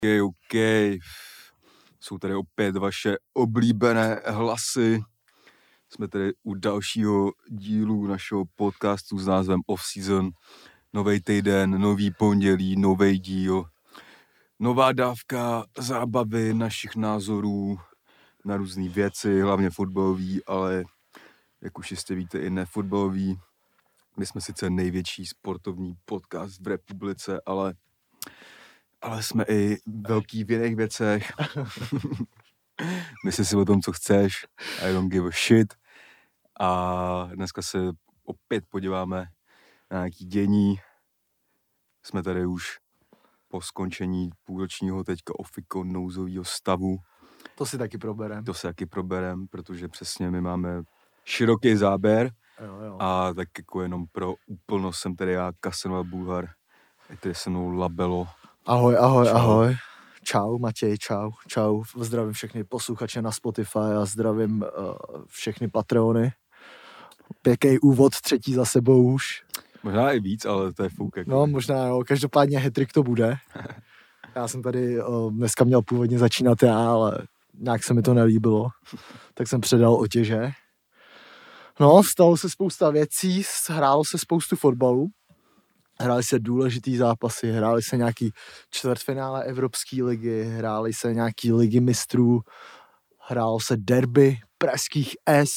OK. Jsou tady opět vaše oblíbené hlasy. Jsme tady u dalšího dílu našeho podcastu s názvem Off Season. Nový týden, nový pondělí, nový díl. Nová dávka zábavy, našich názorů na různé věci, hlavně fotbalový, ale jak už jistě víte i nefotbalový. My jsme sice největší sportovní podcast v republice, ale jsme i velký v jiných věcech. Myslí si o tom, co chceš. I don't give a shit. A dneska se opět podíváme na nějaký dění. Jsme tady už po skončení půlročního teďka ofiko nouzového stavu. To si taky proberem. Protože přesně my máme široký záběr. Jo. A tak jako jenom pro úplnost jsem tady já, Casanova Bulhar. Je tady se mnou Labelo. Ahoj. Čau, Matěj, čau. Zdravím všechny posluchače na Spotify a zdravím všechny Patreony. Pěkný úvod, třetí za sebou už. Možná i víc, ale to je fuk. Jako. No, možná jo, každopádně hat-trick to bude. Já jsem tady dneska měl původně začínat já, ale nějak se mi to nelíbilo. Tak jsem předal otěže. No, stalo se spousta věcí, hrálo se spoustu fotbalu. Hrály se důležitý zápasy, hrály se nějaký čtvrtfinále Evropské ligy, hrály se nějaký ligy mistrů, hrálo se derby pražských S.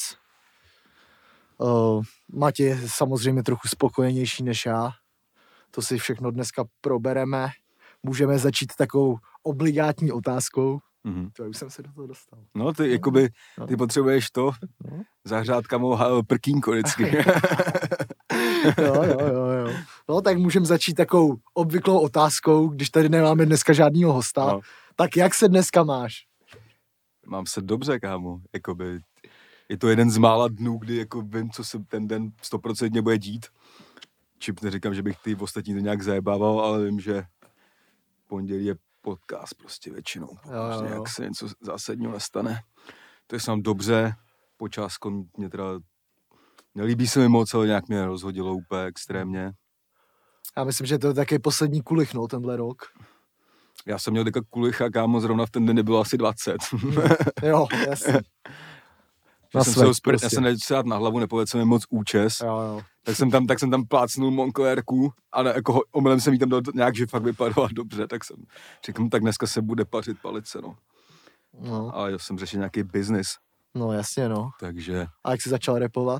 Matěj je samozřejmě trochu spokojenější než já. To si všechno dneska probereme. Můžeme začít takovou obligátní otázkou. Mm-hmm. To už jsem se do toho dostal. No, ty potřebuješ to zahřát kamou prkínko vždycky. Jo. No, tak můžeme začít takovou obvyklou otázkou, když tady nemáme dneska žádnýho hosta. No. Tak jak se dneska máš? Mám se dobře, kámo. Jakoby, je to jeden z mála dnů, kdy jako vím, co se ten den 100% bude dít. Čím neříkám, že bych ty ostatní to nějak zajebával, ale vím, že pondělí je podcast prostě většinou. Prostě jak se něco zásadního nestane. To je sám dobře. Počásko mě teda nelíbí se mi moc, ale nějak mě rozhodilo úplně extrémně. Já myslím, že to je taky poslední kulich, no, tenhle rok. Já jsem měl teďka kulich a kámo, zrovna v ten den nebylo asi 20. Jo, jasně. Já jsem nechci dát na hlavu, nepovedl se mi moc účes. Jo. Tak jsem tam plácnul Monclerku a jako omylem jsem jí tam dal nějak, že fakt vypadala dobře, tak jsem říkám, tak dneska se bude pařit palice, no. Ale já jsem řešil nějaký biznis. No jasně, no. Takže... A jak jsi začal rapovat?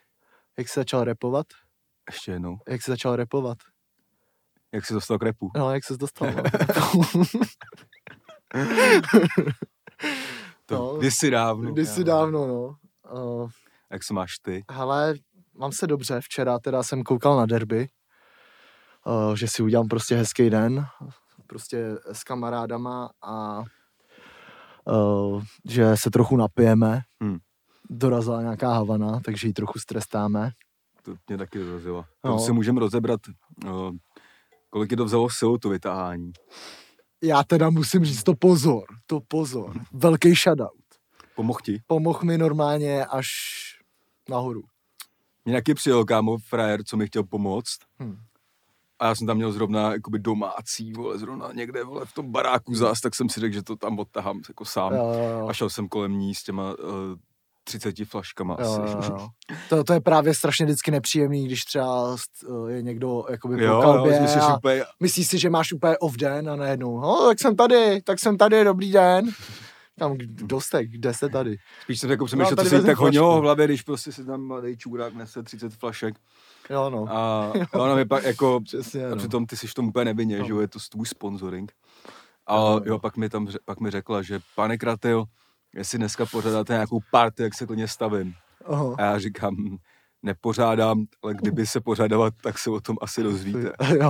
Ještě jednou. Jak jsi začal rapovat? Jak jsi dostal k rapu? No, jak jsi dostal, no. Kdysi dávno, no. Jak se máš ty? Hele, mám se dobře. Včera teda jsem koukal na derby, že si udělám prostě hezký den, prostě s kamarádama a že se trochu napijeme. Dorazila nějaká Havana, takže ji trochu strestáme. To mě taky dorazilo. Tam se můžeme rozebrat, kolik je to vzalo silou to vytáhání. Já teda musím říct, to pozor. Velký shoutout. Pomohl ti? Pomohl mi normálně až nahoru. Mě nějaký přijel kámo frajer, co mi chtěl pomoct. A já jsem tam měl zrovna jakoby domácí, zrovna někde, v tom baráku zás, tak jsem si řekl, že to tam odtahám jako sám. Jo. A šel jsem kolem ní s těma 30 flaškama asi. Jo. To je právě strašně vždycky nepříjemný, když třeba je někdo jakoby po kalbě a myslíš si, že máš úplně off den a najednou, tak jsem tady, dobrý den. Tam kde jste tady? Spíš jsem jako přemýšlel, to se tak honilo v hlavě, když prostě si tam mladý čůrák nese 30 flašek. Jo, no. A ona mi pak jako, přesně, a přitom ty jsi v tom úplně nevinně, že jo, je to tvůj sponsoring. A jo, pak mi řekla, že pane Kratyl, jestli dneska pořádáte nějakou party, jak se klidně stavím. Aha. A já říkám, nepořádám, ale kdyby se pořádat, tak se o tom asi dozvíte.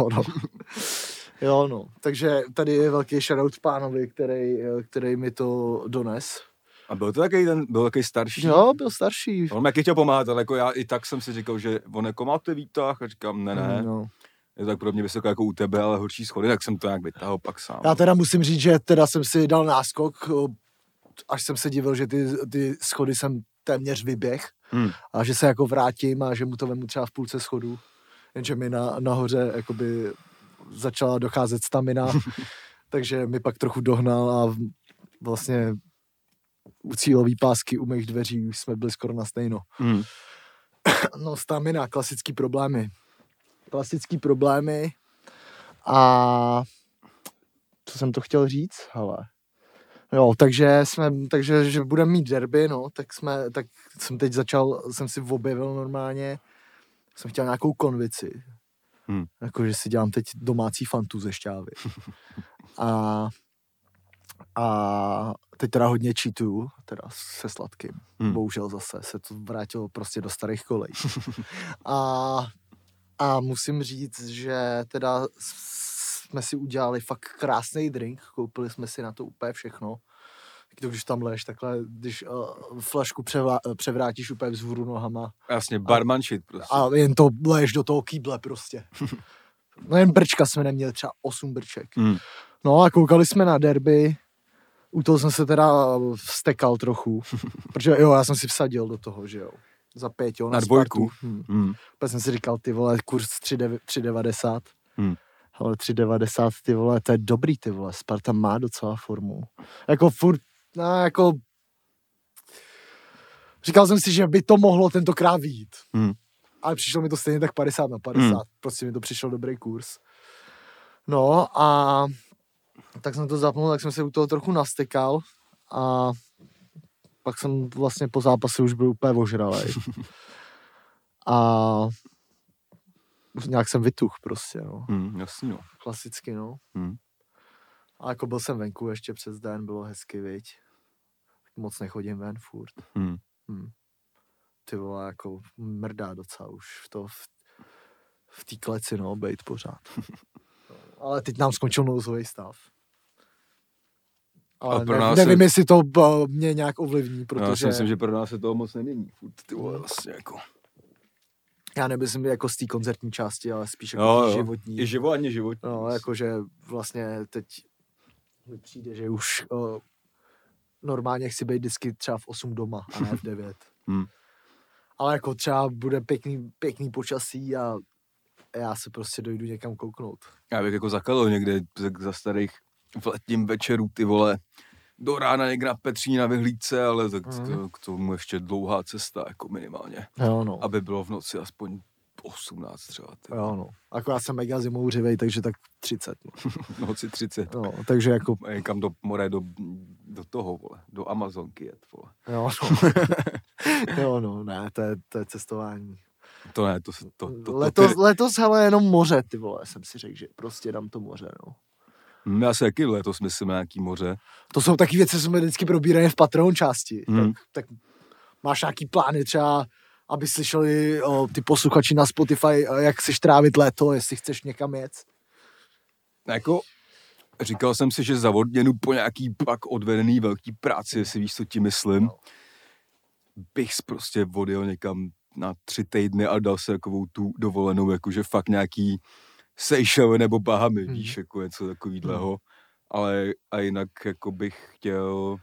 Jo, no. Takže tady je velký shoutout pánovi, který mi to dones. A byl to takový starší? Jo, byl starší. On mi jaký chtěl pomáhat, ale jako já i tak jsem si říkal, že on jako má ty výtah a říkám, ne. No. Je to tak podobně vysoko jako u tebe, ale horší schody, tak jsem to nějak vytáhl pak sám. Já teda musím říct, že teda jsem si dal náskok, až jsem se divil, že ty schody jsem téměř vyběh a že se jako vrátím a že mu to vemu třeba v půlce schodu. Jenže mi nahoře jakoby začala docházet stamina takže mi pak trochu dohnal a vlastně u cílový pásky, u mých dveří už jsme byli skoro na stejno. No, stamina, klasický problémy a co jsem to chtěl říct, hele. Jo, takže že budeme mít derby, no, tak jsem teď jsem si objevil normálně, jsem chtěl nějakou konvici. Jakože si dělám teď domácí fantu ze šťávy. A teď teda hodně cheatuju, teda se sladkým. Bohužel zase se to vrátilo prostě do starých kolejí. A musím říct, že teda jsme si udělali fakt krásný drink, koupili jsme si na to úplně všechno. Když tam leješ takhle, když flašku převrátíš úplně vzhůru nohama. Jasně, barman shit prostě. A jen to leješ do toho kýble prostě. No jen brčka jsme neměli, třeba 8 brček. No a koukali jsme na derby, u toho jsem se teda vstekal trochu, protože jo, já jsem si vsadil do toho, že jo, za 5, jo, na dvojku. Pak jsem si říkal, ty vole, kurz 3,90. Ale 3,90, ty vole, to je dobrý, ty vole, Sparta má docela formu. Jako furt, no, jako... Říkal jsem si, že by to mohlo tentokrát vyjít. Ale přišlo mi to stejně tak 50/50. Prostě mi to přišel dobrý kurz. No a tak jsem to zapnul, tak jsem se u toho trochu nastekal a pak jsem vlastně po zápase už byl úplně ožralej. A nějak jsem vytuch prostě, no. Jasně, no. Klasicky, no. A jako byl jsem venku ještě přes den, bylo hezky, viď. Moc nechodím ven furt. Ty vole, jako mrdá docela už v té kleci, no, bejt pořád. Ale teď nám skončil nouzový stav. Ale nevím, jestli to mě nějak ovlivní, protože... Já si myslím, že pro nás se toho moc nemění. Furt, ty vole, vlastně jako... Já nemyslím jako z té koncertní části, ale spíš jako životní. I životní. No, jakože vlastně teď mi přijde, že už normálně chci být vždycky třeba v 8 doma a ne v 9. Ale jako třeba bude pěkný počasí a já se prostě dojdu někam kouknout. Já bych jako zakalil někde za starých v letním večeru, ty vole, do rána někde na Petříně na vyhlídce, ale tak k tomu ještě dlouhá cesta, jako minimálně. Jo, no. Aby bylo v noci aspoň 18 třeba. Ty. Jo, no. Jako já jsem mega zimouřivej, takže tak 30. No. Noci 30. No, takže jako... Kam do more, do toho, vole, do Amazonky jet, vole. Jo, no. Jo, no, ne, to je cestování. To ne, letos, hele, jenom moře, ty vole, jsem si řekl, že prostě dám to moře, no. Já si jaký letos myslím nějaký moře. To jsou taky věci, co jsme vždycky probírají v Patreon části. Tak máš nějaký plány třeba, aby slyšeli ty posluchači na Spotify, jak chceš trávit léto, jestli chceš někam jet? Jako, říkal jsem si, že za odměnu po nějaký pak odvedený velký práci, jestli víš, co ti myslím, bych prostě odjel někam na 3 týdny a dal se takovou tu dovolenou, jakože fakt nějaký Seychely nebo Bahamy, víš, jako něco takovýhleho. Ale a jinak jako bych chtěl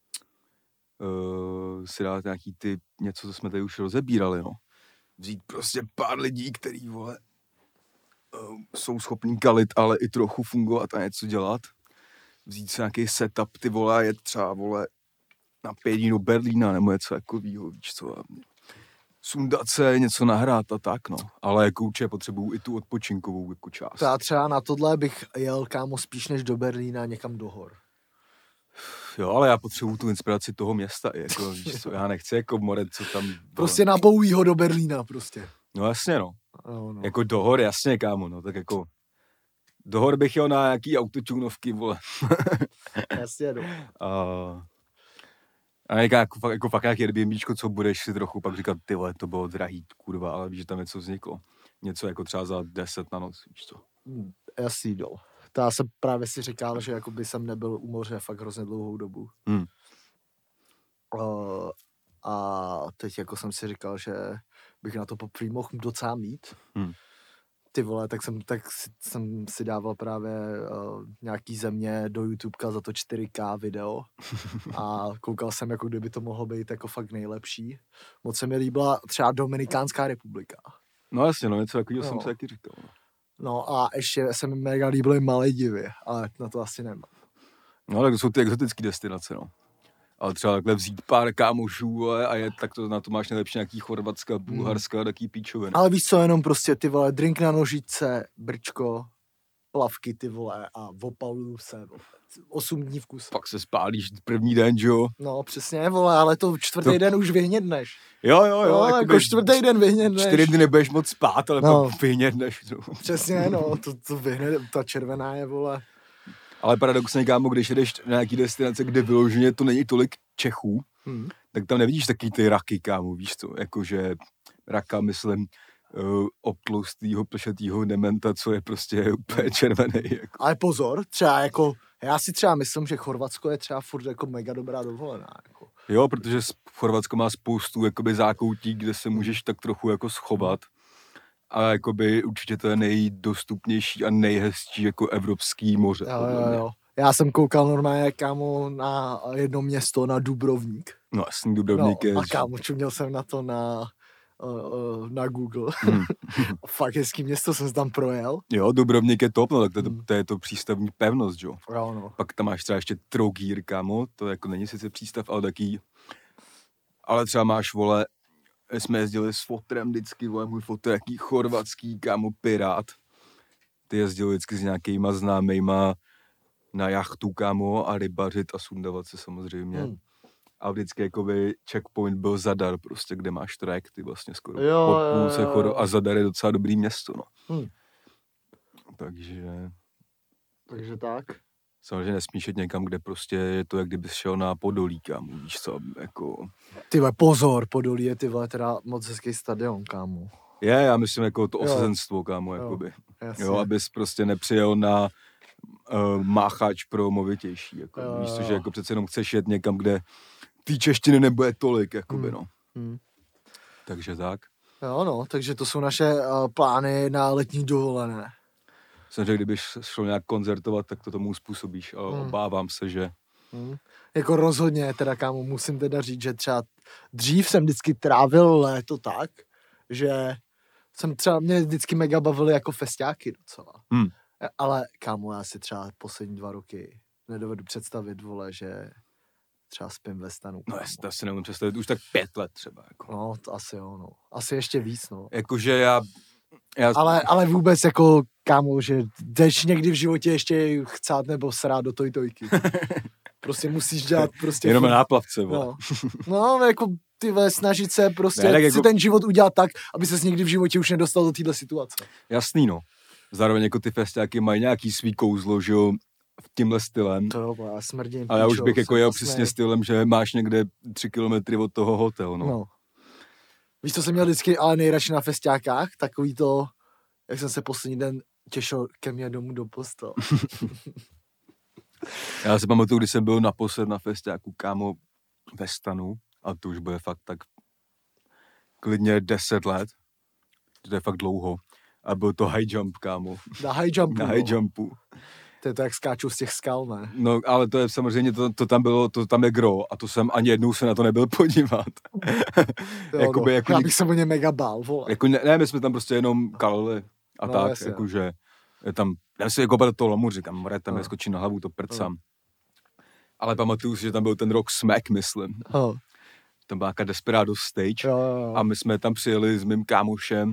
si dát nějaký něco, co jsme tady už rozebírali, no. Vzít prostě pár lidí, který, vole, jsou schopní kalit, ale i trochu fungovat a něco dělat. Vzít si nějaký setup, ty vole, a jet třeba, vole, na 5 dní do Berlína, nebo něco takovýho, víš co, sundat se, něco nahrát a tak, no. Ale jako určitě potřebuju i tu odpočinkovou jako část. Já třeba na tohle bych jel, kámo, spíš než do Berlína, někam do hor. Jo, ale já potřebuju tu inspiraci toho města, jako, víš co, já nechci jako moret, co tam... Prostě na Bowieho do Berlína, prostě. No jasně, no. No. Jako do hor, jasně, kámo, no, tak jako... Do hor bych jel na nějaký autotunovky, vole. Jasně, no. A jako fakt nějaký Airbnbčko, co budeš si trochu pak říkat, ty vole, to bylo drahý, kurva, ale víš, že tam něco vzniklo. Něco jako třeba za 10 na noc, víš co. Jasný, no. To já jsem právě si říkal, že jako by jsem nebyl u moře fakt hrozně dlouhou dobu. A teď jako jsem si říkal, že bych na to poprvé mohl docela mít. Ty vole, tak jsem si dával právě nějaký země do YouTubeka za to 4K video a koukal jsem, jako kdyby to mohlo být jako fakt nejlepší. Moc se mi líbila třeba Dominikánská republika. No jasně, no něco takového jsem se taky říkal. No a ještě se mi mega líbily Maledivy, ale na to asi nemám. No ale to jsou ty exotické destinace, no. Ale třeba takhle vzít pár kámošů a jet, tak to na to máš nejlepší nějaký Chorvatska, Bulharska, taký píčoviny. Ale víš co, jenom prostě ty vole, drink na nožičce, brčko, plavky ty vole a opaluju se 8 dní v kuse. Pak se spálíš první den, jo? No přesně, vole, ale to čtvrtý den už vyhnědneš. Jo, No, jako čtvrtý den vyhnědneš. 4 dny nebudeš moc spát, ale pak vyhnědneš. No. Přesně, no, to vyhne, ta červená je, vole. Ale paradoxně, kámo, když jedeš na nějaký destinace, kde vyloženě to není tolik Čechů, tak tam nevidíš taky ty raky, kámo, víš co, jakože raka, myslím, obtlustýho, plešatýho dementa, co je prostě úplně červený. Jako. Ale pozor, třeba jako, já si třeba myslím, že Chorvatsko je třeba furt jako mega dobrá dovolená. Jako. Jo, protože Chorvatsko má spoustu jakoby zákoutí, kde se můžeš tak trochu jako schovat. A jakoby určitě to je nejdostupnější a nejhezčí jako evropský moře. Jo. Já jsem koukal normálně, kámo, na jedno město, na Dubrovník. No jasný, Dubrovník je... A kámo, čuměl jsem na to na Google. Fakt hezký město, jsem tam projel. Jo, Dubrovník je top, no, tak to je to přístavní pevnost, jo. Jo, no. Pak tam máš třeba ještě Trogír, kámo, to jako není sice přístav, ale taký... Ale třeba máš, vole, jsme jezdili s fotrem vždycky, vole, můj fotr, jaký chorvatský, kámo, pirát. Ty jezdil vždycky s nějakýma známejma na jachtu, kámo, a rybařit a sundavat se samozřejmě. A vždycky jakoby checkpoint byl Zadar, prostě, kde máš trajekty vlastně skoro pod půlce a Zadar je docela dobrý město, no. Takže tak. Samozřejmě nesmíš jít někam, kde prostě je to, jak kdybys šel na Podolí, kámo, víš co, jako... Tyhle, pozor, Podolí je tyhle teda moc hezký stadion, kámo. Já myslím jako to osazenstvo, kámo, jakoby. Jo, abys prostě nepřijel na máchač pro movitější, jako. Víš co, že jako přece jenom chceš jet někam, kde té češtiny nebude tolik, jakoby, no. Takže tak. Jo, no, takže to jsou naše plány na letní dovolené. Jsem řekl, kdybych šel nějak koncertovat, tak to tomu způsobíš, ale obávám se, že... Jako rozhodně, teda kámo, musím teda říct, že třeba dřív jsem vždycky trávil léto tak, že jsem třeba, mě vždycky mega bavily jako festiáky docela. Ale kámo, já si třeba poslední 2 roky nedovedu představit, vole, že třeba spím ve stanu. Kámo. No já si nemůžu představit, už tak 5 let třeba. Jako. No, to asi jo, no. Asi ještě víc, no. Jakože já... Ale vůbec jako, kámo, že jdeš někdy v životě ještě chcát nebo srát do tojtojky. Prostě musíš dělat prostě... Jenom na náplavce, vole. No, jako ty snažit se prostě si jako... ten život udělat tak, aby ses někdy v životě už nedostal do téhle situace. Jasný, no. Zároveň jako ty festiáky mají nějaký svý kouzlo, že jo, tímhle stylem. To jo, já smrdím. Ale já už bych jako jel přesně stylem, že máš někde 3 kilometry od toho hotelu, no. Víš, co jsem měl vždycky ale nejradši na festiákách? Takový to, jak jsem se poslední den těšil ke mně domů do postele. Já si pamatuju, když jsem byl naposled na festiáku, kámo, ve stanu, a to už bude fakt tak klidně 10 let, to je fakt dlouho, a byl to high jump, kámo. Na high jumpu. Na high jumpu. To je to, jak skáču z těch skal, ne? No, ale to je samozřejmě, to tam bylo, to tam je gro, a to jsem ani jednou se na to nebyl podívat. Jakoby, jako já bych se o ně mega bál, vole. Jako ne, my jsme tam prostě jenom kalili a no, tak, jakože je tam, já si kopat do toho lomu, říkám, tam je skočí na hlavu, to prcám. Ale pamatuju si, že tam byl ten rock Smack, myslím. Tam byla nějaká Desperado Stage a my jsme tam přijeli s mým kámošem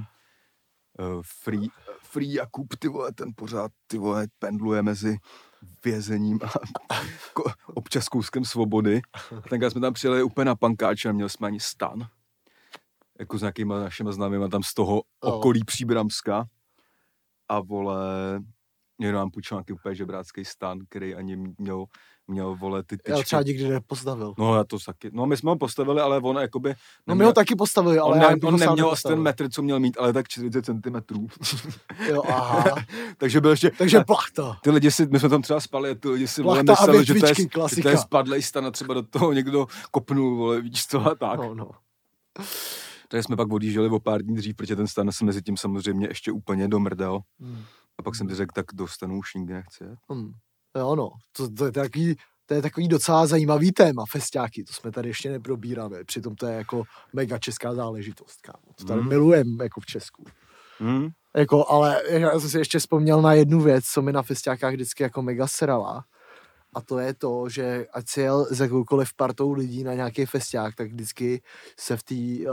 Free Jakub, ty vole, ten pořád, ty vole, pendluje mezi vězením a občas kouskem svobody. A tenkrát jsme tam přijeli úplně na pankáče a měli jsme ani stan. Jako s nějakýma našima známýma tam z toho okolí Příbramska. A vole, někdo nám půjčil nějaký úplně žebrácký stan, který ani měl vole ty tyčky. Já třeba nikdy nepostavil. No já to taky. No my jsme ho postavili, ale on jakoby... No my ho taky postavili, ale on neměl asi ten metr, co měl mít, ale tak 40 centimetrů. Jo, aha. Takže byl ještě... Takže plachta. Ty lidi my jsme tam třeba spali a ty lidi si vole mysleli, že to je spadlej stan a třeba do toho někdo kopnul, vole, víš co a tak. No. Takže jsme pak odjížděli o pár dní dřív, protože ten stan se mezi tím samozřejmě ještě úplně domrdal. A pak jsem ti řekl, tak do stanu už nikdy nechci jet. Jo, no, to je takový docela zajímavý téma, festiáky, to jsme tady ještě neprobírali, přitom to je jako mega česká záležitost, kámo. To tady milujeme jako v Česku. Jako, ale já jsem si ještě vzpomněl na jednu věc, co mi na festiákách vždycky jako mega srala. A to je to, že ať si jel s jakoukoliv partou lidí na nějaký festiák, tak vždycky se v té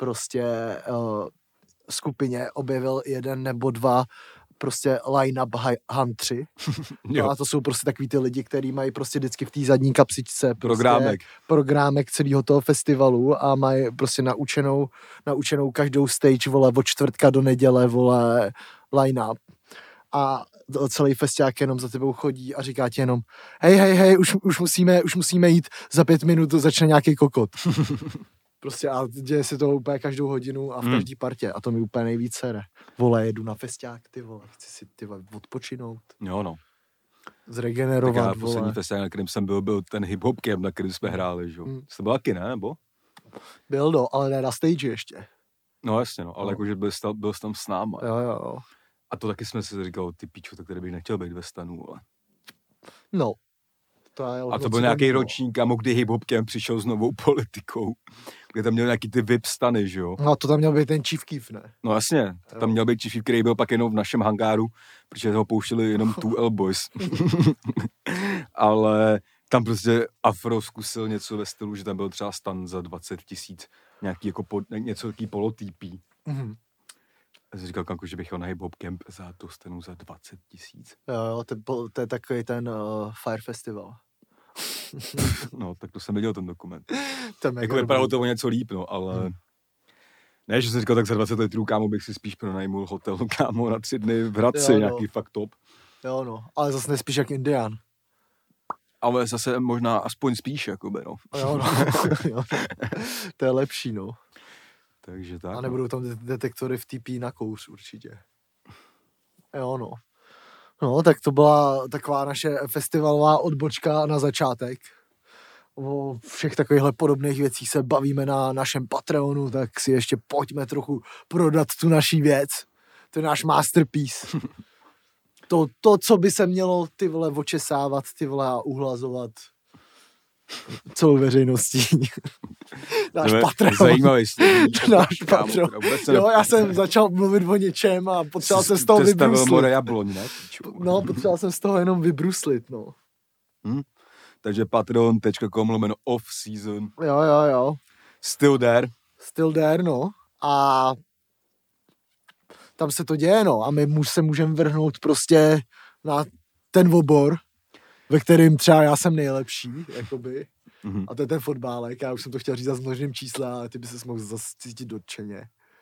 skupině objevil jeden nebo dva prostě line-up huntři. No a to jsou prostě takový ty lidi, kteří mají prostě vždycky v té zadní kapsičce prostě programek celého toho festivalu a mají prostě naučenou každou stage, vole, od čtvrtka do neděle, vole, line-up. A celý festiák jenom za tebou chodí a říká ti jenom hej, už musíme jít, za 5 minut začne nějaký kokot. Prostě a děje se to úplně každou hodinu a v každý partě a to mi úplně nejvíc sere. Vole, jedu na festiák, ty vole, chci si ty vole odpočinout. Jo, no. Zregenerovat, tak poslední festiák, na kterým jsem byl ten hip-hop camp, na kterým jsme hráli, že jo. Jste byl taky, ne, nebo? Byl, ale ne na stage ještě. No jasně, no, ale jakože byl jsi tam s náma. Jo. A to taky jsme si říkali, ty pičo, tak tady bych nechtěl být ve stanu, ale. No. A to byl nějaký ročník, kdy hip-hop camp přišel s novou politikou, kde tam měl nějaký ty VIP stany, že jo? No to tam měl být ten Chief Keef, ne? No jasně, tam měl být Chief Keef, který byl pak jenom v našem hangáru, protože ho pouštěli jenom 2L Boys. Ale tam prostě Afro zkusil něco ve stylu, že tam byl třeba stan za 20 000, nějaký jako něco taký polotýpí. Já jsem říkal, Kanku, že bych jel na hip-hop camp za tu stanu za 20 000. Jo, to je takový ten Fire Festival. No, tak to jsem viděl ten dokument. Jako vypadalo to o něco líp, no, ale... Ne, že jsem říkal, tak za 20 litrů, kámo, bych si spíš pronajmul hotel, kámo, na 3 dny v Hradci, nějaký fakt top. Jo, no, ale zase nespíš jak Indián. Ale zase možná aspoň spíš, jakoby, no. Jo, no. To je lepší, no. Takže tak. A nebudou tam detektory v TP na kouř určitě. Jo, no. No, tak to byla taková naše festivalová odbočka na začátek. O všech takovýchhle podobných věcí se bavíme na našem Patreonu, tak si ještě pojďme trochu prodat tu naší věc. To je náš masterpiece. To, co by se mělo, ty vole, očesávat, ty vole, a uhlazovat celou veřejností. Náš Patreon. Zajímavý náš Patreon. Jo, já jsem začal mluvit o něčem a potřeboval jsem z toho vybruslit. No, potřeboval jsem z toho jenom vybruslit, no. Takže patreon.com/off-season. Jo. Still there, no. A tam se to děje, no. A my se můžeme vrhnout prostě na ten obor, ve kterým třeba já jsem nejlepší, jakoby. A to je ten fotbálek. Já už jsem to chtěl říct za množným čísle, ale ty by se mohl zase cítit dotčeně.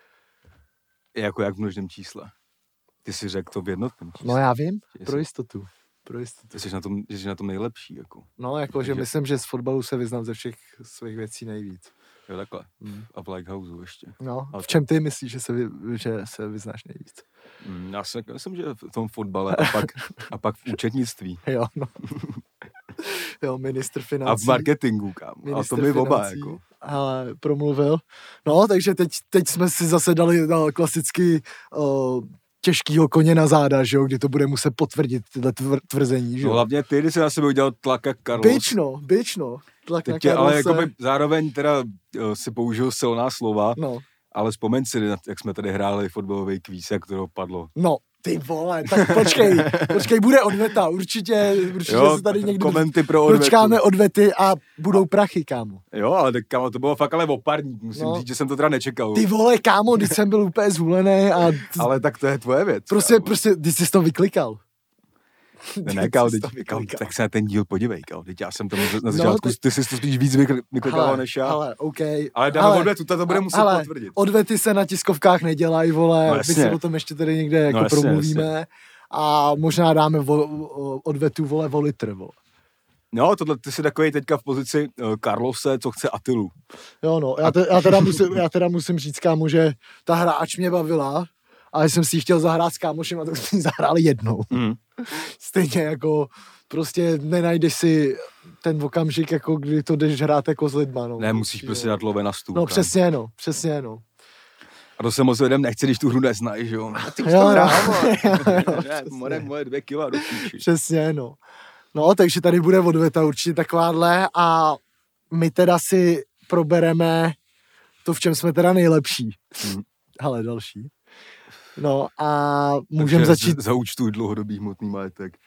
Jako jak v množném čísle? Ty jsi řekl to v jednotném čísle. No já vím, pro jistotu. Ty jsi na tom nejlepší, jako. No, jako, že myslím, že z fotbalu se vyznám ze všech svých věcí nejvíc. Jo, takhle. A v Lighthouseu ještě. No, v čem ty myslíš, že se vyznáš nejvíc? Já si myslím, že v tom fotbale a pak v účetnictví. Jo, no. Jo, ministr financí. A v marketingu, kámo. A to my oba, jako. Ale promluvil. No, takže teď jsme si zase dali klasicky těžkýho koně na záda, že jo, kdy to bude muset potvrdit tyhle tvrzení, že jo. No hlavně ty, když jsi na sebe udělal tlak jak Carlos. Bič, no. Tlak teď na Carlose. Ale jakoby zároveň teda si použil silná slova, no. Ale vzpomeň si, jak jsme tady hráli fotbalový kvíz, jak to dopadlo. No, ty vole, tak počkej, bude odveta, určitě jo, se tady někdy dočkáme odvety a budou prachy, kámo. Jo, ale tak kámo, to bylo fakt ale oparník, musím říct, že jsem to teda nečekal. Ty vole, kámo, když jsem byl úplně zhulený a... Ale tak to je tvoje věc. Prostě, když jsi to vyklikal. Ne, kámo, tak se na ten díl podívej, kámo. Teď já jsem tam na začátku, ty jsi to spíš víc vyklikal než já. Ale, okay. Ale dáme odvetu, to bude muset potvrdit. Odvety se na tiskovkách nedělají, vole, my si o tom ještě tady někde jako promluvíme. Jasně. A možná dáme odvetu, vole, o litr, vole. No, tohle, ty jsi takový teďka v pozici Carlose, co chce Attilu. Jo, no, já teda musím říct, kámo, že ta hra ač mě bavila, ale jsem si ji chtěl zahrát s kámošem a tak jsme ji zahráli jednou. Stejně jako prostě nenajdeš si ten okamžik, jako kdy to jdeš hrát jako s lidma. No. Ne, musíš prostě dát love na stůl. No přesně no. A to se moc lidem nechce, když tu hru neznají, že jo? A ty už to hrál, moje 2 kila do píči. Přesně, no. No, takže tady bude odveta určitě takováhle a my teda si probereme to, v čem jsme teda nejlepší. Hele, další. No a můžeme začít... Zaúčtuj dlouhodobý hmotný majetek.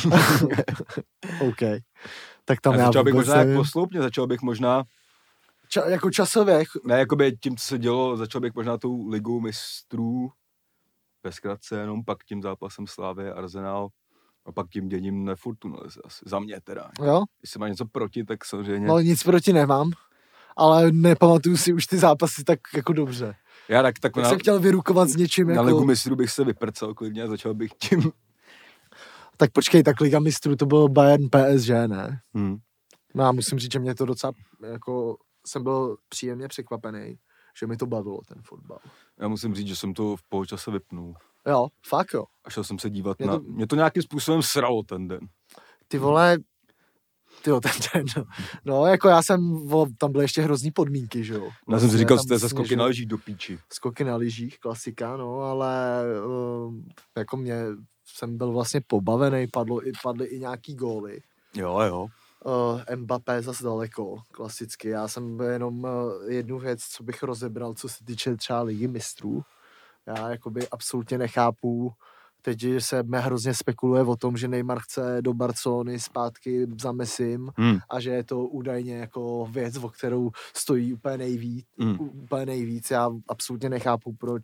OK. Tak tam a já začal bych vůbec možná nevím. posloupně, začal bych možná... jako časově. Ne, jakoby tím, co se dělo, začal bych možná tou ligou mistrů, ve zkratce jenom, pak tím zápasem Slávy Arsenal a pak tím děním Nefortuna, asi za mě teda. Jo? Jestli má něco proti, tak samozřejmě... No nic proti nemám, ale nepamatuju si už ty zápasy tak jako dobře. Já tak jsem chtěl vyrukovat s něčím na jako... ligu mistrů bych se vyprcal klidně a začal bych tím... Tak počkej, tak liga mistrů to byl Bayern PSG, ne? Hmm. No já musím říct, že mě to docela, jako jsem byl příjemně překvapený, že mi to bavilo, ten fotbal. Já musím říct, že jsem to v poločase vypnul. Jo, fakt jo. A šel jsem se dívat Mě na... Mě to nějakým způsobem sralo ten den. Ty vole, ten den, no jako já jsem, tam byly ještě hrozný podmínky, že jo. Já jsem si říkal, tam že se skoky na lyžích do píči. Skoky na lyžích, klasika, no, ale jako jsem byl vlastně pobavený, padly i nějaký góly. Jo. Mbappé zas daleko, klasicky. Já jsem jenom jednu věc, co bych rozebral, co se týče třeba ligy mistrů. Já jakoby absolutně nechápu, teď se hrozně spekuluje o tom, že Neymar chce do Barcelony zpátky za Messim a že je to údajně jako věc, o kterou stojí úplně nejvíc. Já absolutně nechápu, proč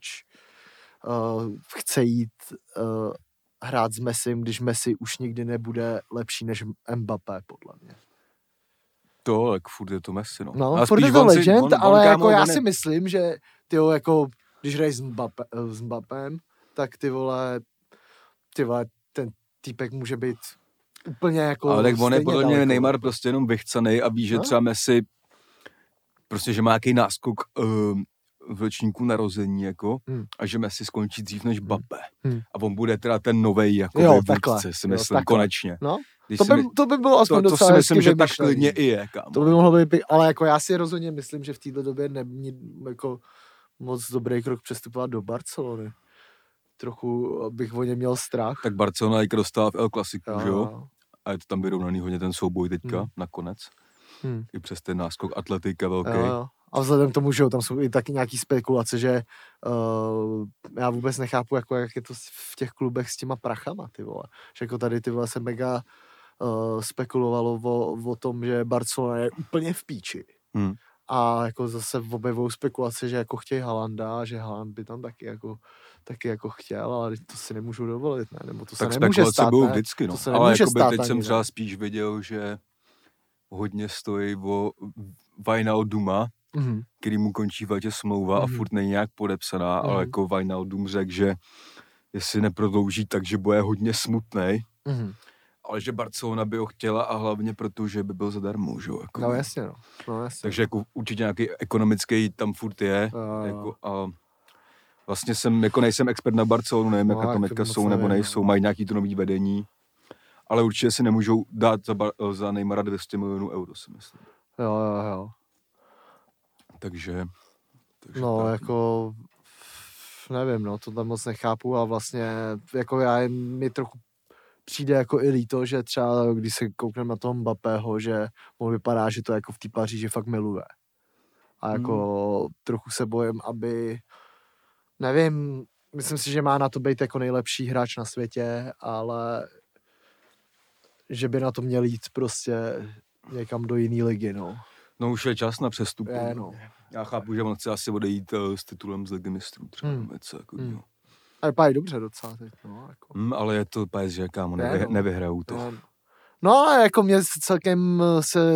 chce jít hrát s Messim, když Messi už nikdy nebude lepší než Mbappé, podle mě. To, tak furt je to Messi, no. No, furt je to legend, ale jako já si myslím, že tyjo, jako, když hraješ s Mbappém, tak ty vole, ten týpek může být úplně jako... Ale tak on je podle mě daleko. Neymar prostě jenom vychcanej a ví, že třeba Messi prostě, že má nějaký náskok v ročníku narození, jako, a že Messi skončí dřív než Mbappé. A on bude teda ten novej, jako vůdce, si myslím, konečně. No, to by bylo aspoň docela to si myslím, že tak vymyšlený. klidně i je, kámo. To by mohlo být, ale jako já si rozhodně myslím, že v této době není jako moc dobrý krok přestupovat do Barcelony. Trochu bych o ně měl strach. Tak Barcelona i dostala v El Clasicu, že jo? A je to tam vyrovnaný hodně ten souboj teďka, nakonec. I přes ten náskok atletika velký. Jo. A vzhledem k tomu, že tam jsou i taky nějaký spekulace, že já vůbec nechápu, jako, jak je to v těch klubech s těma prachama, ty vole. Že jako tady ty vole se mega spekulovalo o tom, že Barcelona je úplně v píči. A jako zase objevují spekulace, že jako chtějí Haalanda, že Haaland by tam taky jako chtěl, ale to si nemůžu dovolit, ne? Nebo to tak se nemůže stát, budou ne? vždycky, no. To se ale nemůže jakoby stát teď ani, jsem třeba ne? spíš viděl, že hodně stojí o Wijnalduma, který mu končí v letě smlouva a furt není nějak podepsaná, ale jako Wijnaldum řekl, že jestli neprodlouží, takže bude hodně smutnej. Ale že Barcelona by ho chtěla a hlavně protože by byl zadarmo, že jo? Jako, no jasně. Takže jako určitě nějaký ekonomický tam furt je. Jako, a vlastně nejsem expert na Barcelonu, nevím, jaká tam teďka jsou nebo nejsou, mají nějaký to nový vedení. Ale určitě si nemůžou dát za Neymara 200 milionů euro, si myslím. Jo. Takže no, tak. jako nevím, no, to tam moc nechápu a vlastně jako mi trochu přijde jako i líto, že třeba když se koukneme na toho Mbappého, že mu vypadá, že to jako v té Paříži fakt miluje. A jako trochu se bojím, aby nevím, myslím si, že má na to být jako nejlepší hráč na světě, ale že by na to měl jít prostě někam do jiný ligy, no. No už je čas na přestup. No. Já chápu, že on chce asi odejít s titulem z Ligy mistrů, třeba něco jako A vypadá dobře docela teď, no. Jako. Ale je to PSG, kámo, nevyhrajou to. No ale jako mě celkem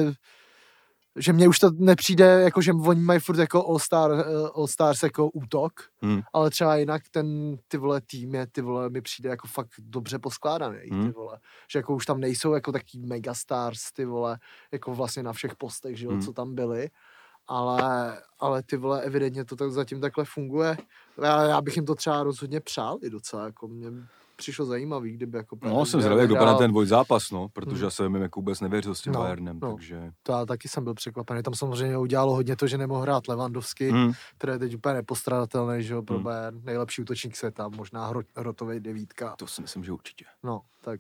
že mně už to nepřijde, jako že oni mají furt jako All Stars jako útok, ale třeba jinak ty vole tým je, ty vole, mi přijde jako fakt dobře poskládaný, ty vole. Že jako už tam nejsou jako taký megastars, ty vole, jako vlastně na všech postech, že jo, co tam byly. Ale ty vole, evidentně to tak zatím takhle funguje. Já bych jim to třeba rozhodně přál i docela, jako mě přišlo zajímavý, kdyby jako... No, jsem zvědavý, jak dopadne ten dvojzápas, no, protože já jsem jim jako vůbec nevěřil s tím Bayernem, takže... To já taky jsem byl překvapený, tam samozřejmě udělalo hodně to, že nemohl hrát Lewandowski, který je teď úplně nepostradatelný, že jo, pro Bayern, nejlepší útočník světa, možná hrotovej devítka. To si myslím, že určitě. No, tak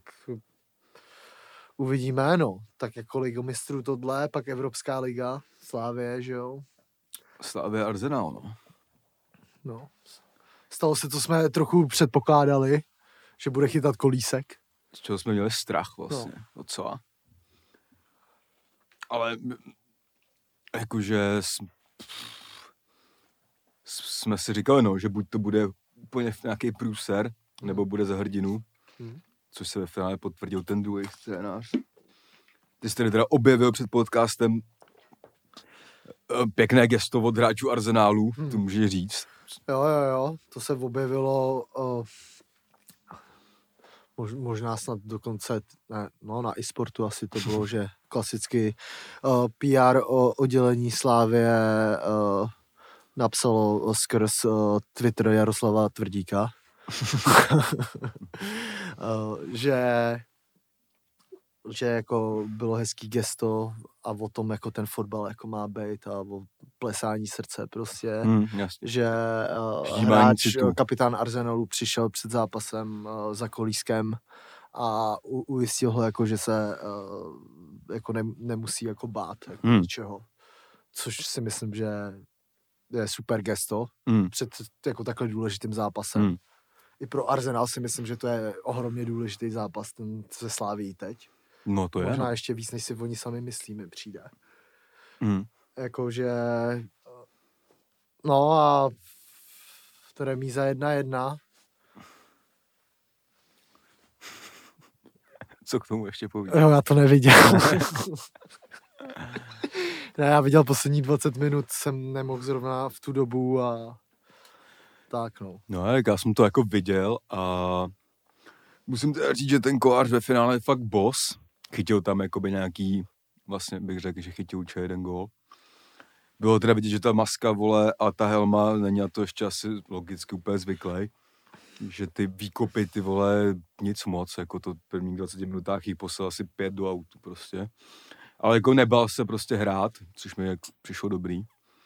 uvidíme, no, tak jako Liga mistrů tohle, pak Evropská liga, Slavie, že jo? Slavie Arsenal, no. No. Stalo se, co jsme trochu předpokládali, že bude chytat kolísek. Z čeho jsme měli strach vlastně, docela. Ale jakože jsme si říkali, no, že buď to bude úplně nějaký průser, nebo bude za hrdinu, což se ve finále potvrdil ten druhý scénář. Ty jsi teda objevil před podcastem pěkné gesto od hráčů Arsenálu, to můžeš říct. Jo, to se objevilo možná snad dokonce, na e-sportu asi to bylo, že klasicky PR oddělení Slávie napsalo skrz Twitter Jaroslava Tvrdíka, že jako bylo hezký gesto a o tom, jako ten fotbal jako má být a o plesání srdce prostě, že hráč, kapitán Arsenalu přišel před zápasem za kolískem a ujistil ho, jako, že se jako nemusí jako bát jako ničeho, což si myslím, že je super gesto před jako takhle důležitým zápasem. I pro Arsenal si myslím, že to je ohromně důležitý zápas, ten se Slaví teď. No to je. Možná ještě víc, než si oni sami myslí, mi přijde. Jakože no a to remíza 1-1. Co k tomu ještě povíš? Jo, já to neviděl. Ne, já viděl poslední 20 minut, jsem nemohl zrovna v tu dobu a tak no. No, já jsem to jako viděl a musím teda říct, že ten Kolář ve finále je fakt boss. Chytil tam jakoby nějaký, vlastně bych řekl, že chytil určitě jeden gól. Bylo teda vidět, že ta maska, vole, a ta helma není na to ještě asi logicky úplně zvyklý. Že ty výkopy, ty vole, nic moc, jako to v prvních 20 minutách jí poslal asi 5 do autu prostě. Ale jako nebál se prostě hrát, což mi jako přišlo dobrý.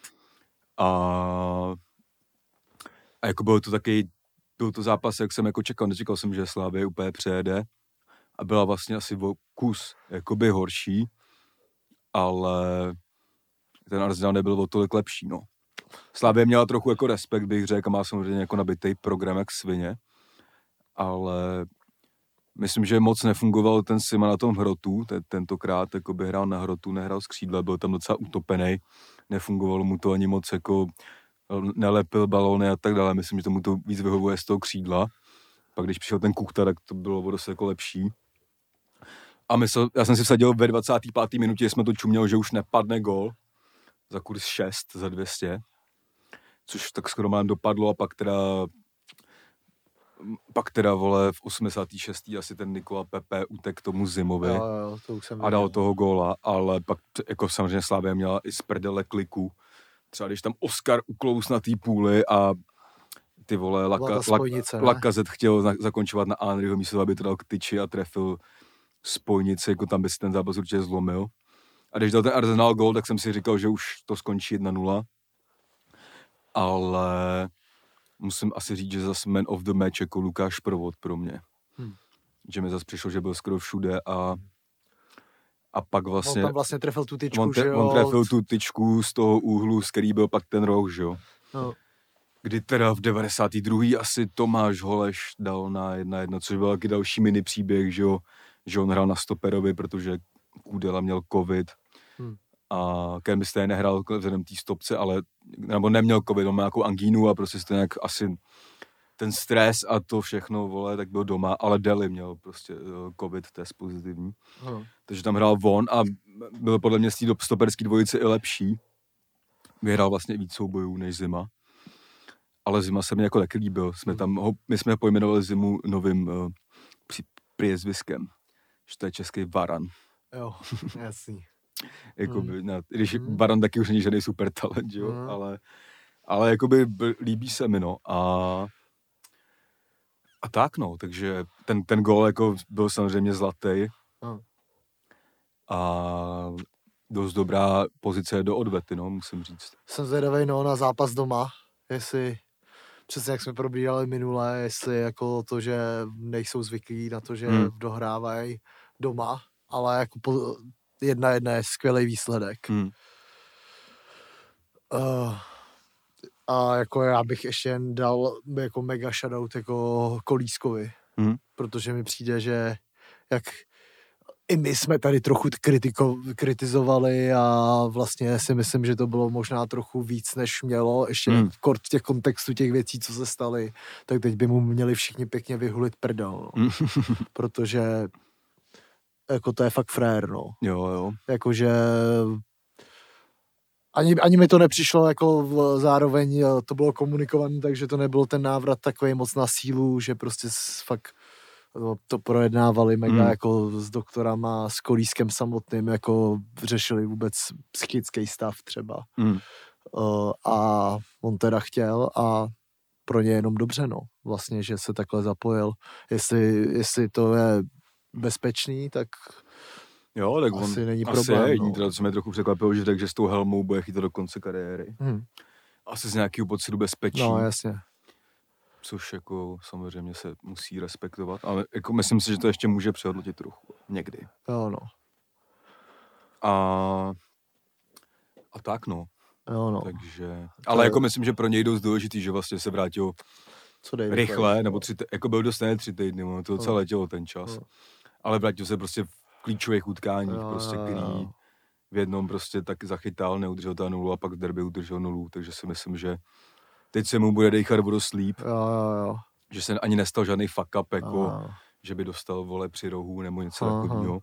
A jako byl to zápas, jak jsem jako čekal. Nečekal jsem, že Slavia úplně přejede. A byla vlastně asi o kus jakoby horší, ale ten Arsenal nebyl o tolik lepší, no. Slavia měla trochu jako respekt, bych řekl, a má samozřejmě jako nabitej program jak svině, ale myslím, že moc nefungoval ten Sima na tom hrotu, tentokrát jakoby hrál na hrotu, nehrál z křídla, byl tam docela utopený, nefungovalo mu to ani moc, jako nelepil balóny a tak dále, myslím, že tomu to víc vyhovuje z toho křídla. Pak když přišel ten Kuchta, tak to bylo dost jako lepší. A já jsem si vsadil ve 25. minutě, že jsme to čuměli, že už nepadne gól za kurz 6 za 200, což tak skoro mám dopadlo a pak teda vole v 86. asi ten Nikola Pepe utek tomu Zimovi to a dal toho góla, ale pak jako samozřejmě Slavia měla i z prdele kliku. Třeba když tam Oscar uklous na té půli a ty vole Lacazette chtěl zakončovat na Henryho místo, aby to dal k tyči a trefil spojnici, jako tam by si ten zápas určitě zlomil. A když dal ten Arsenal gól, tak jsem si říkal, že už to skončí 1-0. Ale musím asi říct, že zase man of the match jako Lukáš Provod pro mě. Že mi zase přišlo, že byl skoro všude a pak vlastně... On tam vlastně trefil tu tyčku, že jo? On trefil tu tyčku z toho úhlu, z který byl pak ten roh, že jo? No. Kdy teda v 92. asi Tomáš Holeš dal na 1-1, což byl taky další mini příběh, že jo? Že on hrál na stoperovi, protože Kudela měl covid a Kermistej nehrál vzhledem té stopce, ale nebo neměl covid, on má nějakou angínu a prostě to nějak asi ten stres a to všechno, vole, tak byl doma, ale Deli měl prostě covid test pozitivní. Takže tam hrál on a byl podle mě z té stoperské dvojice i lepší. Vyhrál vlastně víc soubojů než Zima. Ale Zima se mi jako taky líbil. My jsme pojmenovali Zimu novým priezviskem, že to je český Varan. Jo, jasný. Jakoby, když Varan taky už není žádný super talent, jo, ale jakoby líbí se mi, no. A tak, no, takže ten gól jako byl samozřejmě zlatý. A dost dobrá pozice do odvety, no, musím říct. Jsem zvědavej, no, na zápas doma, jestli, přesně jak jsme probírali minule, jestli jako to, že nejsou zvyklí na to, že dohrávají doma, ale jako 1-1 je skvělý výsledek. A jako já bych ještě dal jako mega shoutout jako Kolískovi, protože mi přijde, že jak i my jsme tady trochu kritizovali a vlastně si myslím, že to bylo možná trochu víc, než mělo, ještě v těch kontextu těch věcí, co se staly, tak teď by mu měli všichni pěkně vyhulit prdel, no. Protože jako to je fakt frér, no. Jo. Jakože ani mi to nepřišlo, jako zároveň to bylo komunikované, takže to nebylo ten návrat takový moc na sílu, že prostě fakt to projednávali mega jako s doktorama, s Kolískem samotným, jako řešili vůbec psychický stav třeba. A on teda chtěl a pro ně jenom dobře, no. Vlastně, že se takhle zapojil. Jestli to je bezpečný, tak jo, tak asi on není asi problém. je, teda, co mě trochu překvapilo, že řekl, že s tou helmou bude chytat do konce kariéry. Asi z nějakého pocitu bezpečí. No, jasně. Což jako samozřejmě se musí respektovat, ale jako myslím si, že to ještě může přehodnotit trochu. Někdy. Jo, no. A tak, no. Jo, no. Takže, ale jako myslím, že pro něj dost důležitý, že vlastně se vrátil rychle, nebo jako byl dostané 3 týdny, ono to docela letělo ten čas. Ale vrátil se prostě v klíčových utkáních, prostě, který v jednom prostě tak zachytal, neudržel ta 0 a pak v derby udržel 0, takže si myslím, že teď se mu bude dejchat dost líp. Jo. Že se ani nestal žádný fuck up, jako že by dostal vole při rohu nebo něco takového.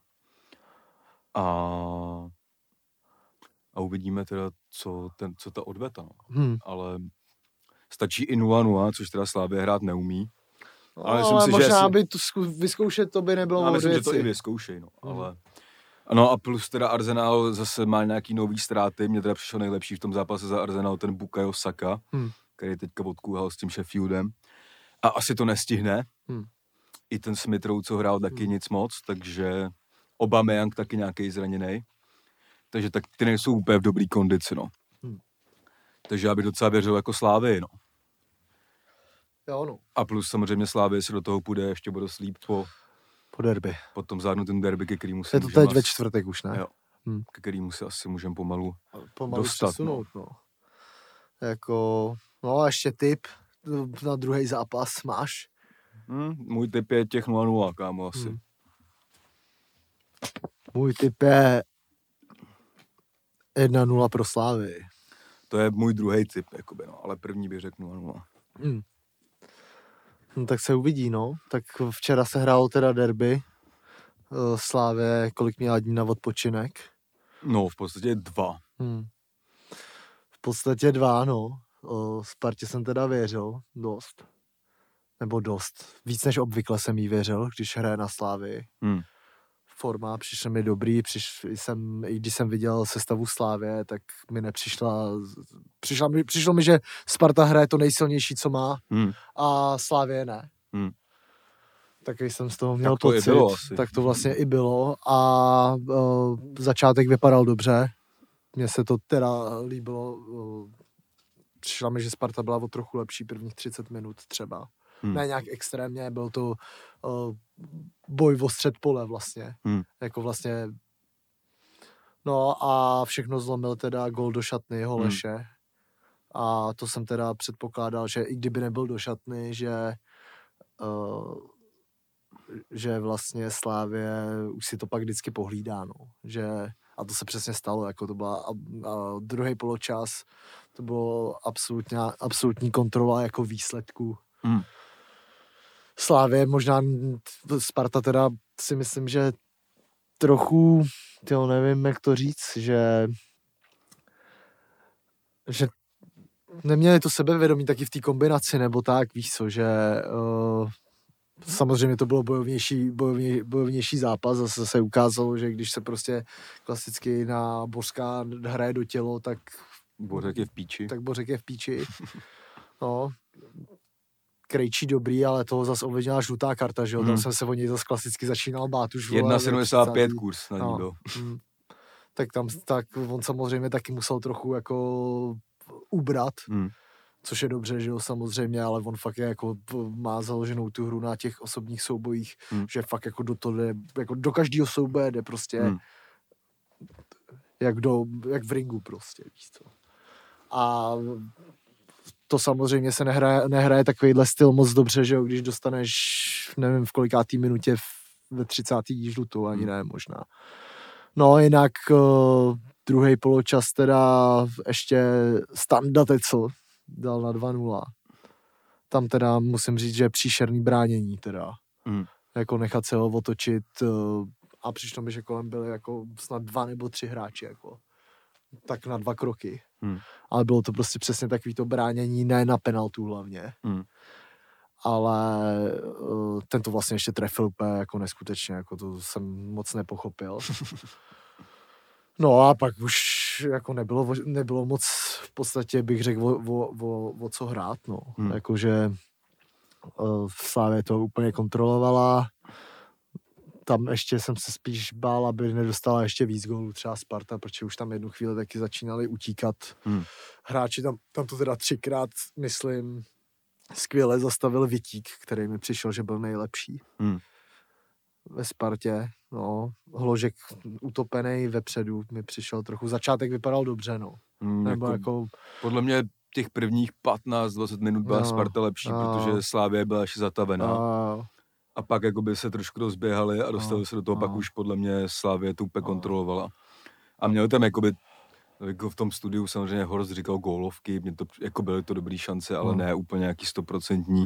A uvidíme teda, co ta odveta, no. Ale stačí i 0-0, což teda Slavia hrát neumí. Ale myslím si, možná že by to vyzkoušet, to by nebylo moc věci. Myslím, že to i vyzkoušej, no. Ale no a plus teda Arsenal zase má nějaký nový ztráty. Mně teda přišel nejlepší v tom zápase za Arsenal ten Bukayo Saka, který teďka odkůhal s tím Sheffieldem. A asi to nestihne. I ten Smith Rowe, co hrál, taky nic moc, takže Aubameyang taky nějaký zraněnej. Takže tak ty nejsou úplně v dobrý kondici, no. Takže já bych docela věřil jako Slávii, no. Jo, no. A plus samozřejmě Slávie se do toho půjde ještě bude slíp po derby. Po tom záhnutém derby, ke kterému se je to teď ve čtvrtek už, ne? Jo. Ke kterému se asi můžeme pomalu dostat. Přesunout, no. Jako, no a ještě tip na druhý zápas máš? Můj tip je těch 0-0, kámo, asi. Můj tip je 1-0 pro Slávy. To je můj druhý tip, jakoby, no, ale první bych řekl 0-0. No, tak se uvidí, no. Tak včera se hrálo teda derby. Slávě, kolik měla dní na odpočinek? No, v podstatě 2. V podstatě 2, no. Spartě jsem teda věřil dost. Nebo dost. Víc než obvykle jsem jí věřil, když hraje na Slávii. Forma přišla mi dobrý, i když jsem viděl sestavu Slávie, tak mi přišlo mi, že Sparta hraje to nejsilnější, co má, a Slávie ne. Tak jsem z toho měl pocit, tak to vlastně i bylo a začátek vypadal dobře, mně se to teda líbilo, přišlo mi, že Sparta byla o trochu lepší prvních 30 minut třeba. Ne nějak extrémně, byl to boj o střed pole vlastně. Jako vlastně. No a všechno zlomil teda gól do šatny Holeše. A to jsem teda předpokládal, že i kdyby nebyl do šatny, že vlastně Slávě už si to pak vždycky pohlídá, no. A to se přesně stalo, jako to byla druhý poločas, to bylo absolutní kontrola jako výsledku. Slávě, možná Sparta teda si myslím, že trochu, nevím, jak to říct, že neměli to sebevědomí taky v té kombinaci, nebo tak, víš co, že samozřejmě to bylo bojovnější zápas, zase se ukázalo, že když se prostě klasicky na Bořka hraje do tělo, tak Bořek je v píči. Tak Bořek je v píči. No, Krejčí dobrý, ale toho zase ovlivnila žlutá karta, že jo, tam jsem se o něj zase klasicky začínal bát už. 1,75 kurz na ní byl. Tak on samozřejmě taky musel trochu jako ubrat, což je dobře, že jo, samozřejmě, ale on fakt je jako má založenou tu hru na těch osobních soubojích, že fakt jako do každého souboje jde prostě jak v ringu prostě, víš co. A to samozřejmě se nehraje takovýhle styl moc dobře, že jo, když dostaneš, nevím, v kolikátý minutě ve 30. žlutou, ani ne, možná. No, jinak druhý poločas teda ještě Standa Tecl dal na 2-0. Tam teda musím říct, že příšerný bránění teda. Jako nechat se ho otočit a přišlo mi, že kolem byly jako snad 2 nebo 3 hráči, jako tak na 2 kroky. Ale bylo to prostě přesně takový to bránění, ne na penaltu hlavně. Ale ten to vlastně ještě trefil úplně jako neskutečně, jako to jsem moc nepochopil. No a pak už jako nebylo moc v podstatě, bych řekl, o co hrát, no. Jakože Slavia to úplně kontrolovala. Tam ještě jsem se spíš bál, aby nedostala ještě víc gólů, třeba Sparta, protože už tam jednu chvíli taky začínali utíkat. Hráči tam to teda 3krát, myslím, skvěle zastavil Vitík, který mi přišel, že byl nejlepší. Ve Spartě, no. Hložek utopený vepředu mi přišel trochu. Začátek vypadal dobře, no. Nebo jako... Podle mě těch prvních 15-20 minut byla Sparta lepší, protože Slavia byla ještě zatavená. A pak jakoby se trošku rozběhali a dostali se do toho, pak už podle mě Slavia to úplně kontrolovala. A měli tam jakoby, jako v tom studiu samozřejmě Horst říkal gólovky, mě to, jako byly to dobrý šance, ale ne úplně nějaký 100%.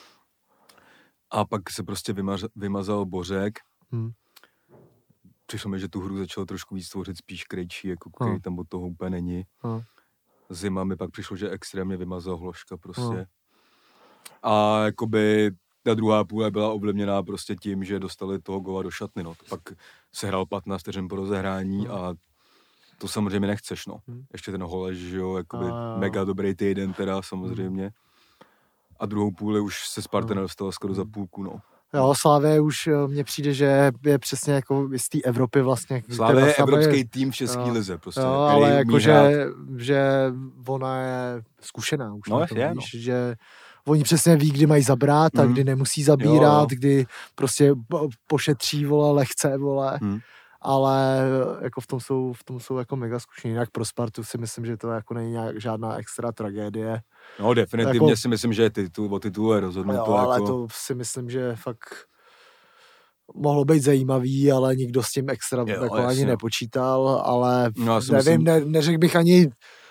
A pak se prostě vymazal Bořek. Přišlo mi, že tu hru začal trošku víc tvořit spíš Krejčí, jako který tam od toho úplně není. Zima mi pak přišlo, že extrémně vymazal Hložka prostě. A jakoby ta druhá půle byla ovlivněná prostě tím, že dostali toho góla do šatny, no. Pak se hrál 15 vteřin po rozehrání a to samozřejmě nechceš, no. Ještě ten Holeš, že jo, jakoby mega dobrý týden teda samozřejmě. A druhou půli už se Sparta nedostala skoro za půlku, no. Jo, Slavia už mně přijde, že je přesně jako z té Evropy vlastně. Slavia je evropský tým v české lize prostě. Jo, ale jako, že ona je zkušená už na tom, víš, že oni přesně ví, kdy mají zabrat a kdy nemusí zabírat, kdy prostě pošetří, vole, lehce, vole. Ale jako v tom jsou jako mega zkušení. Jinak pro Spartu si myslím, že to jako není žádná extra tragédie. No definitivně jako, si myslím, že o titul je rozhodnuto. Jo, ale to si myslím, že fakt mohlo být zajímavý, ale nikdo s tím extra jako ani nepočítal, ale nevím, neřekl bych ani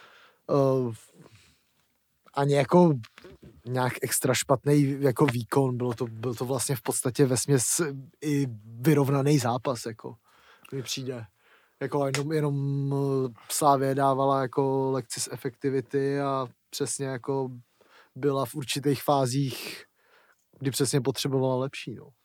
jako nějak extra špatný jako výkon, byl to vlastně v podstatě vesměs i vyrovnaný zápas, jako mi přijde. Jako jenom Slavia dávala jako lekci z efektivity a přesně jako byla v určitých fázích, kdy přesně potřebovala lepší, no.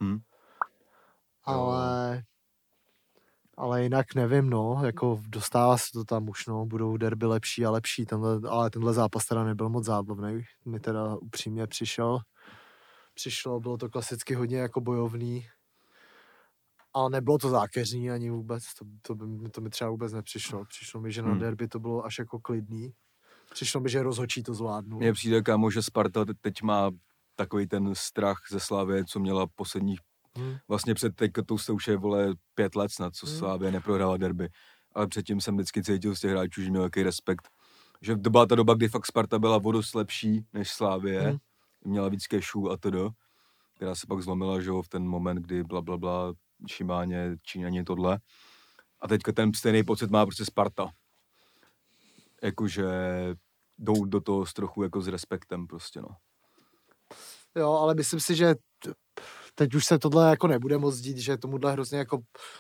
Ale jinak nevím, no, jako dostává se to tam už, no, budou derby lepší a lepší, ale tenhle zápas teda nebyl moc zábavný, mi teda upřímně přišlo, bylo to klasicky hodně jako bojovný, ale nebylo to zákeřný ani vůbec, to mi třeba vůbec nepřišlo, přišlo mi, že na derby to bylo až jako klidný, přišlo mi, že rozhodčí to zvládnu. Mně přijde, kámo, že Sparta teď má takový ten strach ze Slavie, co měla posledních vlastně před to už je, vole, 5 let snad, co Slavia neprohrála derby. Ale předtím jsem vždycky cítil z těch hráčů, že měl nějaký respekt. Že to byla ta doba, kdy fakt Sparta byla o dost lepší než Slavie. Měla víc cashů a tedy. Která se pak zlomila, že jo, v ten moment, kdy blablabla, Šimáně, Číňani, tohle. A teďka ten stejný pocit má prostě Sparta. Jakože jdou do toho s trochu jako s respektem prostě, no. Jo, ale myslím si, že teď už se tohle jako nebude moc dít, že tomuhle hrozně jako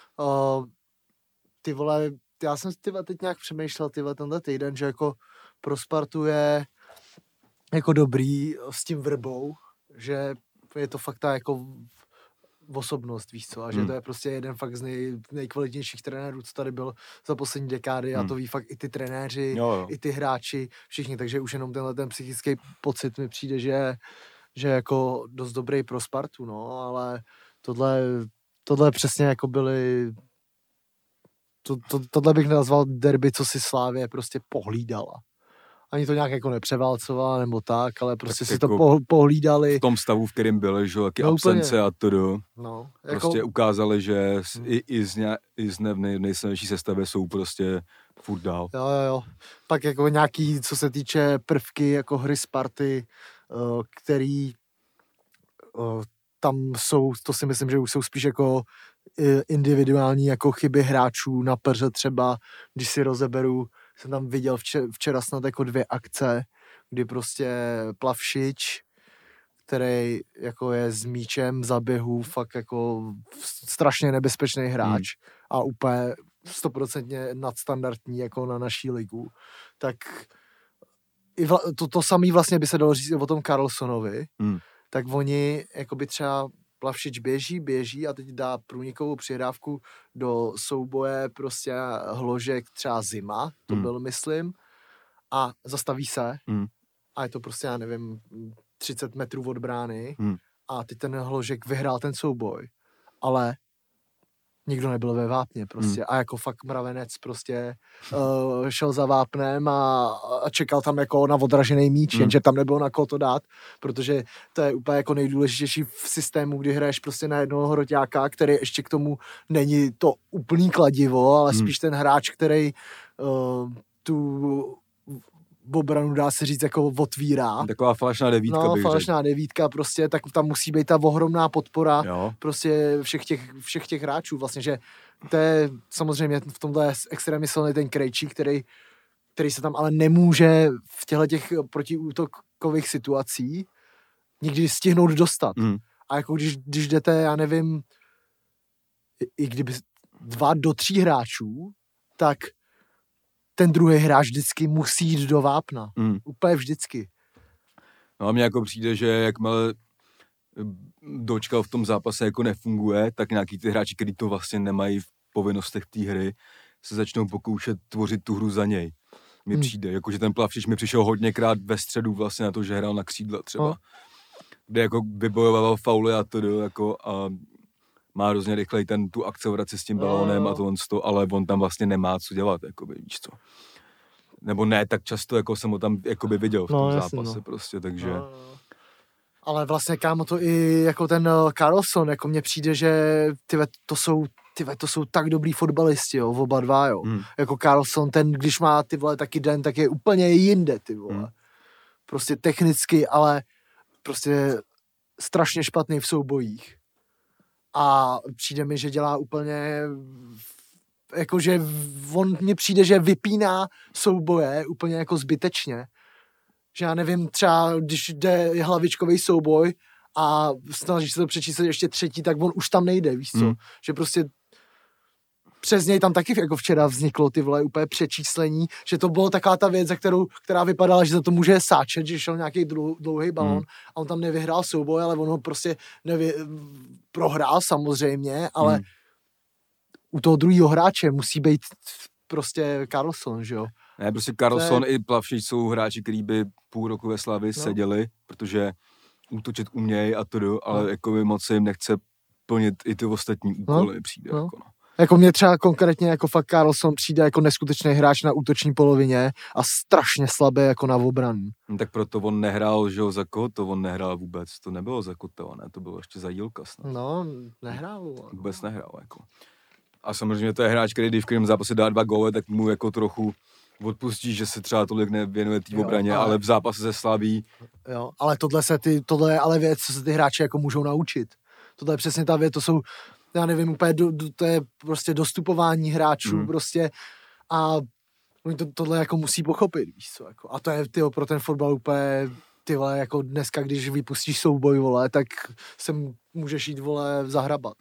ty vole, já jsem teď nějak přemýšlel tenhle týden, že jako pro Spartu je jako dobrý s tím Vrbou, že je to fakt ta jako osobnost, víš co, a že to je prostě jeden fakt z nejkvalitnějších trenérů, co tady byl za poslední dekády a to ví fakt i ty trenéři, i ty hráči, všichni, takže už jenom tenhle ten psychický pocit mi přijde, že jako dost dobrý pro Spartu, no, ale tohle přesně jako byly tohle bych nazval derby, co si Slavie prostě pohlídala. ani to nějak jako nepřeválcovala nebo tak, ale prostě tak si jako to pohlídali. V tom stavu, v kterém byly, že jaký No, absence úplně. a to. No, Prostě ukázali, že i z nejsilnější sestavy jsou prostě furt dál. Jo. Pak jako nějaký, co se týče prvky jako hry Sparty, který tam jsou, to si myslím, že už jsou spíš jako individuální jako chyby hráčů na peře třeba, když si rozeberu, jsem tam viděl včera snad jako 2 akce, kdy prostě Plavšič, který jako je s míčem za běhu fakt jako strašně nebezpečný hráč a úplně 100% nadstandardní jako na naší ligu, tak i to samý vlastně by se dalo říct o tom Karlssonovi, tak oni jakoby třeba Plavšič běží a teď dá průnikovou přihrávku do souboje prostě Hložek třeba Zima, to byl myslím, a zastaví se a je to prostě, já nevím, 30 metrů od brány a teď ten Hložek vyhrál ten souboj, ale nikdo nebyl ve vápně prostě a jako fakt mravenec prostě šel za vápnem a čekal tam jako na odražený míč, jenže tam nebylo na koho to dát, protože to je úplně jako nejdůležitější v systému, kdy hraješ prostě na jednoho hroťáka, který ještě k tomu není to úplný kladivo, ale spíš ten hráč, který tu obranu dá se říct jako otvírá. Taková falešná devítka. No, falešná devítka prostě, tak tam musí být ta ohromná podpora prostě všech těch hráčů vlastně, že to je samozřejmě v tomhle je extrémně silný ten Krejčík, který se tam ale nemůže v těch protiútokových situacích nikdy stihnout dostat. A jako když jdete, já nevím, i kdyby 2 do 3 hráčů, tak ten druhý hráč vždycky musí jít do vápna. Úplně vždycky. No a mně jako přijde, že jakmile dočkal v tom zápase jako nefunguje, tak nějaký ty hráči, kteří to vlastně nemají v povinnostech té hry, se začnou pokoušet tvořit tu hru za něj. Mně přijde, jakože ten Plavšič mi přišel hodněkrát ve středu vlastně na to, že hrál na křídle třeba. Kde jako vybojoval fauly a to jako a má hrozně rychlej tu akceleraci s tím balónem a to, ale on tam vlastně nemá co dělat, jakoby, víš co. Nebo ne tak často, jako jsem ho tam jakoby viděl v tom zápase prostě, takže... Ale vlastně, kámo, to i jako ten Karlsson, jako mně přijde, že to jsou tak dobrý fotbalisti, jo, oba dva, jo. Jako Karlsson, ten, když má ty vole taky den, tak je úplně jinde, ty vole. Prostě technicky, ale prostě strašně špatný v soubojích. A přijde mi, že dělá úplně, jakože on mně přijde, že vypíná souboje úplně jako zbytečně. Že já nevím, třeba když jde hlavičkový souboj a snažíš se to přečíslit ještě 3, tak on už tam nejde, víš co? Že prostě přes něj tam taky jako včera vzniklo ty vole úplně přečíslení, že to bylo taková ta věc, která vypadala, že za to může sáčet, že šel nějaký dlouhý balón a on tam nevyhrál souboj, ale on ho prostě prohrál samozřejmě, ale u toho druhého hráče musí být prostě Karlsson, že jo? Ne, prostě Karlsson i Plavšič jsou hráči, kteří by půl roku ve Slavii seděli, protože útočit umějí a to, ale jako by moc jim nechce plnit i ty ostatní úkoly, přijde. Jako no. Jako mě třeba konkrétně jako fakt Karlsson přijde jako neskutečný hráč na útoční polovině a strašně slabý jako na obranu. No, tak proto on nehrál, že jo, za koho to on nehrál vůbec, to nebylo za Kotela, ne, to bylo ještě za Jílka snad. No, nehrál. Vůbec nehrál, jako. A samozřejmě to je hráč, který v každém zápase dá 2 góly, tak mu jako trochu odpustí, že se třeba tolik nevěnuje té obraně, ale v zápase se Slaví. Jo, ale tohle je ale věc, co se ty hráči jako můžou naučit. Tohle je přesně ta věc, to jsou, já nevím, úplně to je prostě dostupování hráčů prostě a oni tohle jako musí pochopit, víš co, jako. A to je, tyjo, pro ten fotbal úplně, ty vole, jako dneska, když vypustíš souboj, vole, tak se můžeš jít, vole, zahrabat.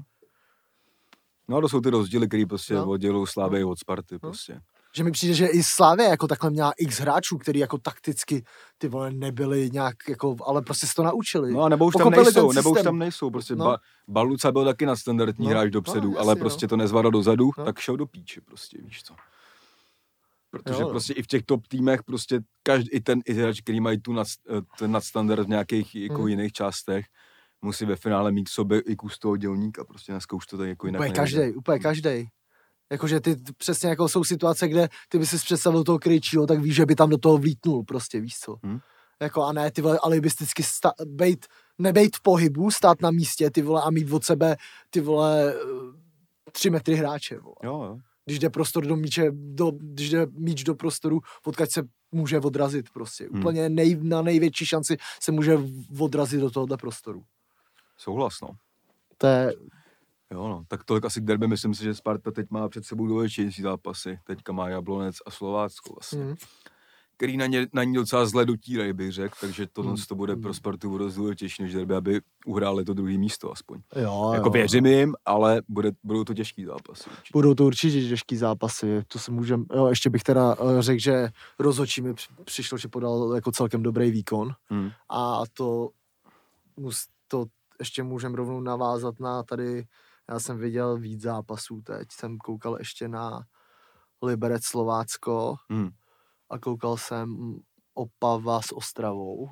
No to jsou ty rozdíly, který prostě oddělují Slávy od Sparty, prostě. Že mi přijde, že i Slavia jako takhle měla x hráčů, který jako takticky ty vole nebyli nějak jako, ale prostě se to naučili. No a nebo už tam nejsou, prostě Baluca byl taky nadstandardní hráč dopředu, ale prostě to nezvládal dozadu, tak šel do píči prostě, víš co. Protože prostě i v těch top týmech prostě i hráč, který mají ten nadstandard v nějakých jako jiných částech, musí ve finále mít v sobě i kus toho dělníka, prostě dneska už to tak jako jinak úplně každej. Jakože ty přesně jako jsou situace, kde ty by si představil toho Krejčího, tak víš, že by tam do toho vlítnul prostě, víš co. Jako a ne ty vole alibisticky nebejt v pohybu, stát na místě, ty vole, a mít od sebe ty vole 3 metry hráče, vole. Jo. Když jde prostor do míče, když jde míč do prostoru, odkud se může odrazit prostě. Úplně na největší šanci se může odrazit do tohohle prostoru. Souhlas, no. To je... Jo, no, tak tolik asi k derby, myslím si, že Sparta teď má před sebou důležitější zápasy. Teďka má Jablonec a Slovácko vlastně. Který na ní docela zle dotírají, bych řekl, takže to bude pro Spartu dost důležitější než derby, aby uhráli to druhé místo aspoň. Jako věřím jim, ale budou to těžký zápasy. Určitě. Budou to určitě těžký zápasy, to se můžeme, ještě bych teda řekl, že rozhodčí mi přišlo, že podal jako celkem dobrý výkon a to ještě můžeme rovnou navázat na tady, já jsem viděl víc zápasů teď, jsem koukal ještě na Liberec Slovácko, a koukal jsem Opava s Ostravou.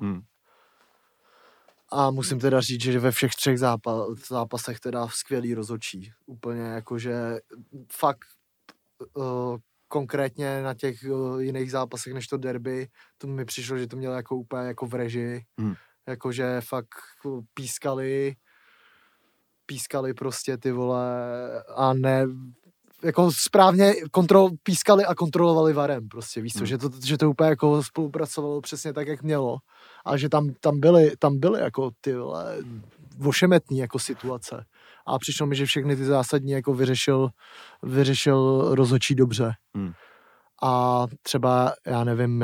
A musím teda říct, že ve všech 3 zápasech teda skvělý rozhodčí. Úplně jakože fakt konkrétně na těch jiných zápasech než to derby, to mi přišlo, že to mělo jako úplně jako v režii. Jakože fakt pískali prostě ty vole a ne... jako správně pískali a kontrolovali VARem prostě, víš co, že to úplně jako spolupracovalo přesně tak, jak mělo a že tam byly jako ty vole ošemetný jako situace a přišlo mi, že všechny ty zásadní jako vyřešil rozhodčí dobře. A třeba, já nevím,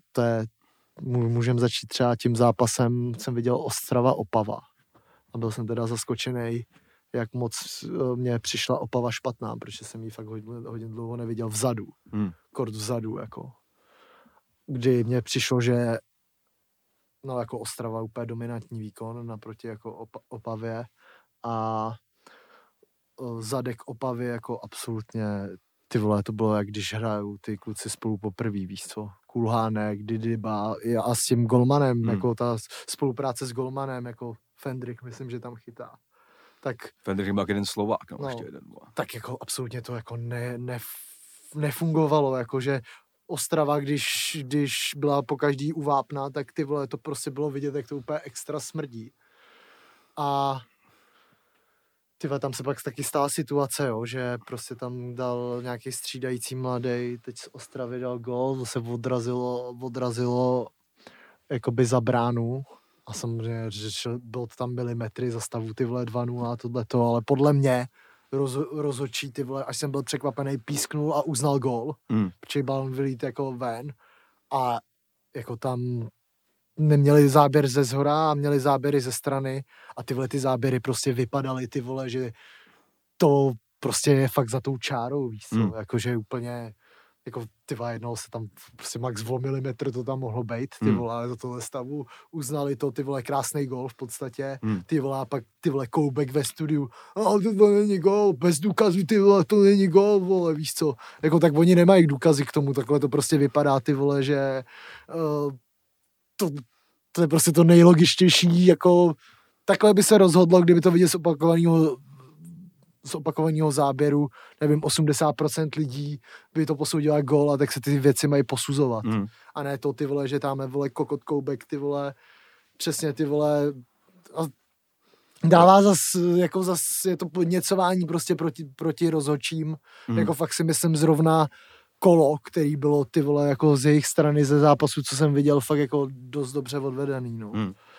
můžeme začít třeba tím zápasem, jsem viděl Ostrava Opava a byl jsem teda zaskočený, jak moc mě přišla Opava špatná, protože jsem ji fakt hodně dlouho neviděl vzadu. Kort vzadu, jako. Kdy mně přišlo, že no jako Ostrava úplně dominantní výkon naproti jako Opavě a zadek Opavy jako absolutně, ty vole, to bylo jak když hrajou ty kluci spolu poprvé, víš co. Kulhánek, Didyba a s tím golmanem, jako ta spolupráce s golmanem, jako Fendrik, myslím, že tam chytá. Tak Fendrik má jeden Slovák, no, ještě jeden. Tak jako absolutně to jako nefungovalo, jakože Ostrava, když byla po každý uvápná, tak ty vole, to prostě bylo vidět, jak to úplně extra smrdí. A ty vole, tam se pak taky stala situace, jo, že prostě tam dal nějaký střídající mladej, teď z Ostravy dal gól, to se odrazilo jakoby za bránu. A samozřejmě, že tam milimetry za stavu ty vole 2-0 a tohleto, ale podle mě rozhodčí ty vole, až jsem byl překvapený, písknul a uznal gól, protože balon vylít jako ven a jako tam neměli záběr ze zhora a měli záběry ze strany a ty vole ty záběry prostě vypadaly ty vole, že to prostě je fakt za tou čárou, víš co, jakože úplně jako ty vole, jednou se tam prostě max o milimetr to tam mohlo být, ty vole, ale za tohle stavu uznali to, ty vole, krásný gól v podstatě, ty vole, a pak ty vole, koubek ve studiu, to není gól, bez důkazů, ty vole, to není gól, vole, víš co, jako tak oni nemají důkazy k tomu, takhle to prostě vypadá, ty vole, že to je prostě to nejlogičtější, jako takhle by se rozhodlo, kdyby to viděl z opakovaného záběru, nevím, 80% lidí by to posoudila gól a tak se ty věci mají posuzovat. A ne to, ty vole, že tam je, vole, kokot koubek, ty vole, přesně, ty vole, a dává zas je to podněcování prostě proti rozhodčím, jako fakt si myslím zrovna kolo, který bylo, ty vole, jako z jejich strany ze zápasu, co jsem viděl, fakt jako dost dobře odvedený, no.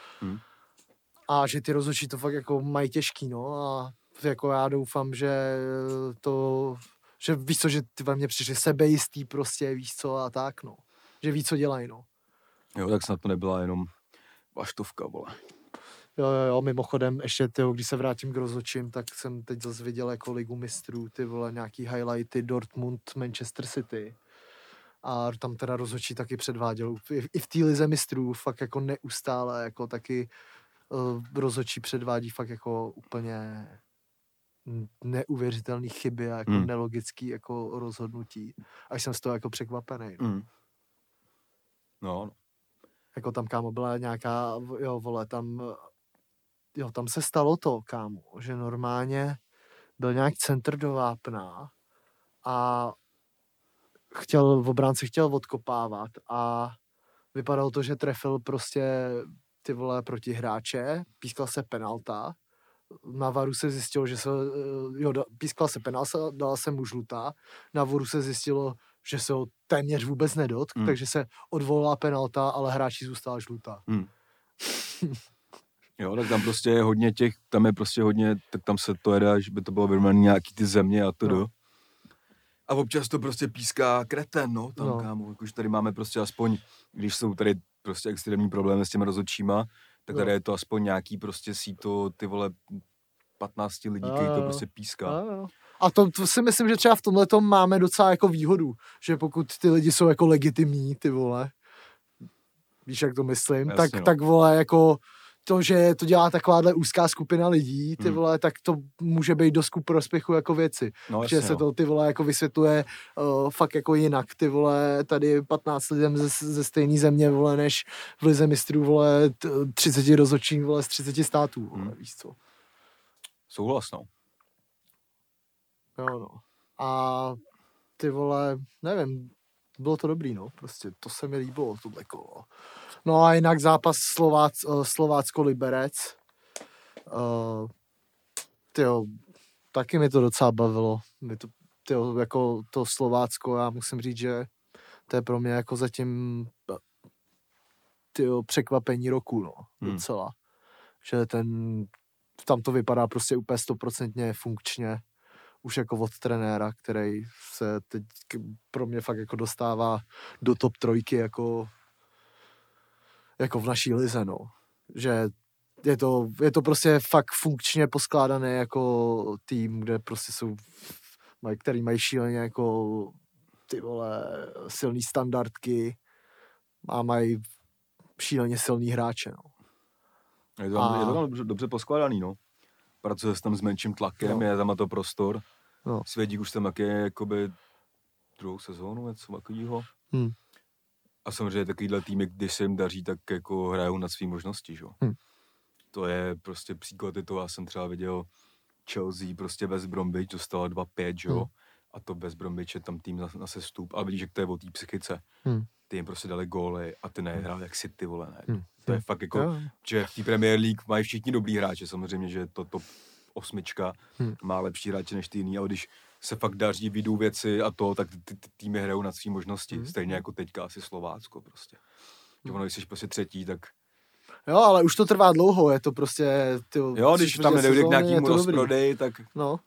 A že ty rozhodčí to fakt jako mají těžký, no, a jako já doufám, že víš co, že ty ve mně přišli sebejistý prostě, víš co, a tak, no. Že ví, co dělají, no. Jo, tak snad to nebyla jenom vaštovka, vole. Jo, mimochodem, ještě tyho, když se vrátím k rozhodčím, tak jsem teď zase viděl jako Ligu mistrů, ty vole, nějaký highlighty Dortmund, Manchester City. A tam teda rozhodčí taky předváděl. I v té lize mistrů fakt jako neustále, jako taky rozhodčí předvádí fakt jako úplně neuvěřitelný chyby a jako nelogický jako rozhodnutí. Až jsem z toho jako překvapený. No. Jako tam, kámo, byla nějaká, tam se stalo to, kámo, že normálně byl nějak centr do vápna a v obránci chtěl odkopávat a vypadalo to, že trefil prostě ty vole protihráče, pískla se penalta, na VARu se zjistilo, že pískla se penalta, dala se mu žlutá, na VARu se zjistilo, že se ho téměř vůbec nedotk, takže se odvolala penalta, ale hráči zůstala žlutá. Jo, tak tam prostě je hodně tam je prostě hodně, tak tam se to jede, že by to bylo vyrovnané nějaký ty země a to do. A občas to prostě píská kreten, no, tam kámo, jakože tady máme prostě aspoň, když jsou tady prostě extrémní problémy s těmi rozhodčíma, tak tady je to aspoň nějaký prostě síto, ty vole, 15 lidí, který to prostě píská. A to si myslím, že třeba v tomhletom máme docela jako výhodu, že pokud ty lidi jsou jako legitimní, ty vole, víš, jak to myslím, jasně, tak vole, jako to, že to dělá takováhle úzká skupina lidí, ty vole, tak to může být dost ku prospěchu jako věci. No, jasně, že se to, ty vole, jako vysvětluje fakt jako jinak, ty vole, tady 15 lidem ze stejné země, vole, než v lize mistrů, vole, 30 rozhodčích, vole, z 30 států, vole, víš co. Souhlas, no. Jo, no. A ty vole, nevím, bylo to dobrý, no, prostě to se mi líbilo, tohle kolo. No a jinak zápas Slovácko-Liberec. Tyjo, taky mi to docela bavilo. Jako to Slovácko, já musím říct, že to je pro mě jako zatím překvapení roku, no, docela. Že tam to vypadá prostě úplně 100% funkčně. Už jako od trenéra, který se teď pro mě fakt jako dostává do top 3 jako v naší lize, no. Že je to prostě fakt funkčně poskládané jako tým, kde prostě který mají šíleně jako ty vole silný standardky a mají šíleně silný hráče, no. Je to tam dobře poskládaný, no. Pracuje se tam s menším tlakem, je tam na to prostor. No. Svědík už tam taky jakoby 2. sezónu, něco takového. A samozřejmě takovýhle týmy, když se jim daří, tak jako hrajou na svý možnosti, že? To je prostě příklad, to já jsem třeba viděl Chelsea, prostě West Bromwich dostala 2-5, že jo? A to West Bromwich je tam tým na sestup, ale vidíš, že to je o té psychice. Ty jim prostě dali góly a ty nehrál jak City, vole, ne. To je fakt jako, že v té Premier League mají všichni dobrý hráče, samozřejmě, že to top 8 má lepší hráče než ty jiný, ale když se fakt daří, vyjdou věci a to, tak ty týmy hrajou na svý možnosti. Stejně jako teďka asi Slovácko prostě. Že ono, když jsi prostě třetí, tak... Jo, ale už to trvá dlouho, je to prostě... Jo, když tam nedojde k nějakému rozprodeji, tak...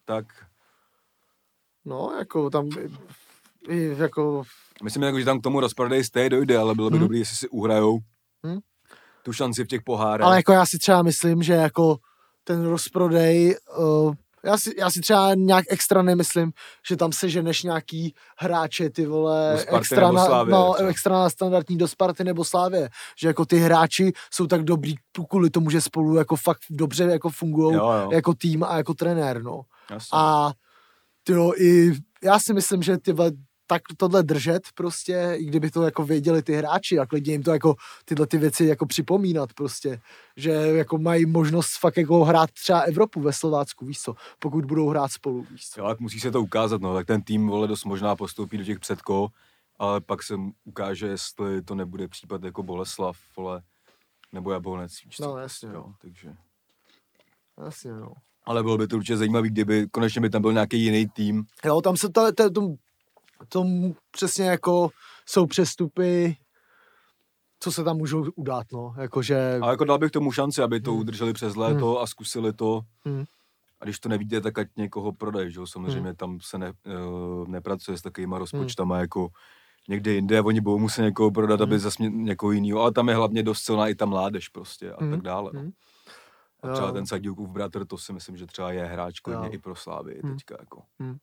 No, jako tam... Jako... Myslím, jako, že tam k tomu rozprodeji stejně dojde, ale bylo by dobrý, jestli si uhrajou tu šanci v těch pohárech. Ale jako já si třeba myslím, že jako ten rozprodej... Já si třeba nějak extra nemyslím, že tam seženeš nějaký hráče, ty vole, extra standardní do Sparty nebo Slávie. Že jako ty hráči jsou tak dobrý kvůli tomu, že spolu jako fakt dobře jako fungujou jako tým a jako trenér, no. Jasně. A tyjo, i já si myslím, že tak tohle držet prostě, i kdyby to jako věděli ty hráči a klidně jim to jako tyhle ty věci jako připomínat prostě, že jako mají možnost fakt jako hrát třeba Evropu ve Slovácku, víš co, pokud budou hrát spolu, víš co. Jo, tak musí se to ukázat, no, tak ten tým, vole, dost možná postoupí do těch předkol, ale pak se ukáže, jestli to nebude případ jako Boleslav, vole, nebo Jablonec, víš co. No, jasně, jo, takže. Jasně, no. Ale bylo by to určitě zajímavý, kdyby konečně by tam byl nějaký jiný tým. Jo, tam se to přesně jako jsou přestupy, co se tam můžou udát, no, jakože... A jako dal bych tomu šanci, aby to udrželi přes léto a zkusili to. A když to nevíte, tak ať někoho prodej, že jo, samozřejmě tam se nepracuje s takovýma rozpočtama jako někde jinde, oni budou muset někoho prodat, aby zase někoho jinýho, ale tam je hlavně dost silná i ta mládež prostě a tak dále, no. A třeba ten Sadílkův bratr, to si myslím, že třeba je hráč klidně i pro Slávii teďka, jako.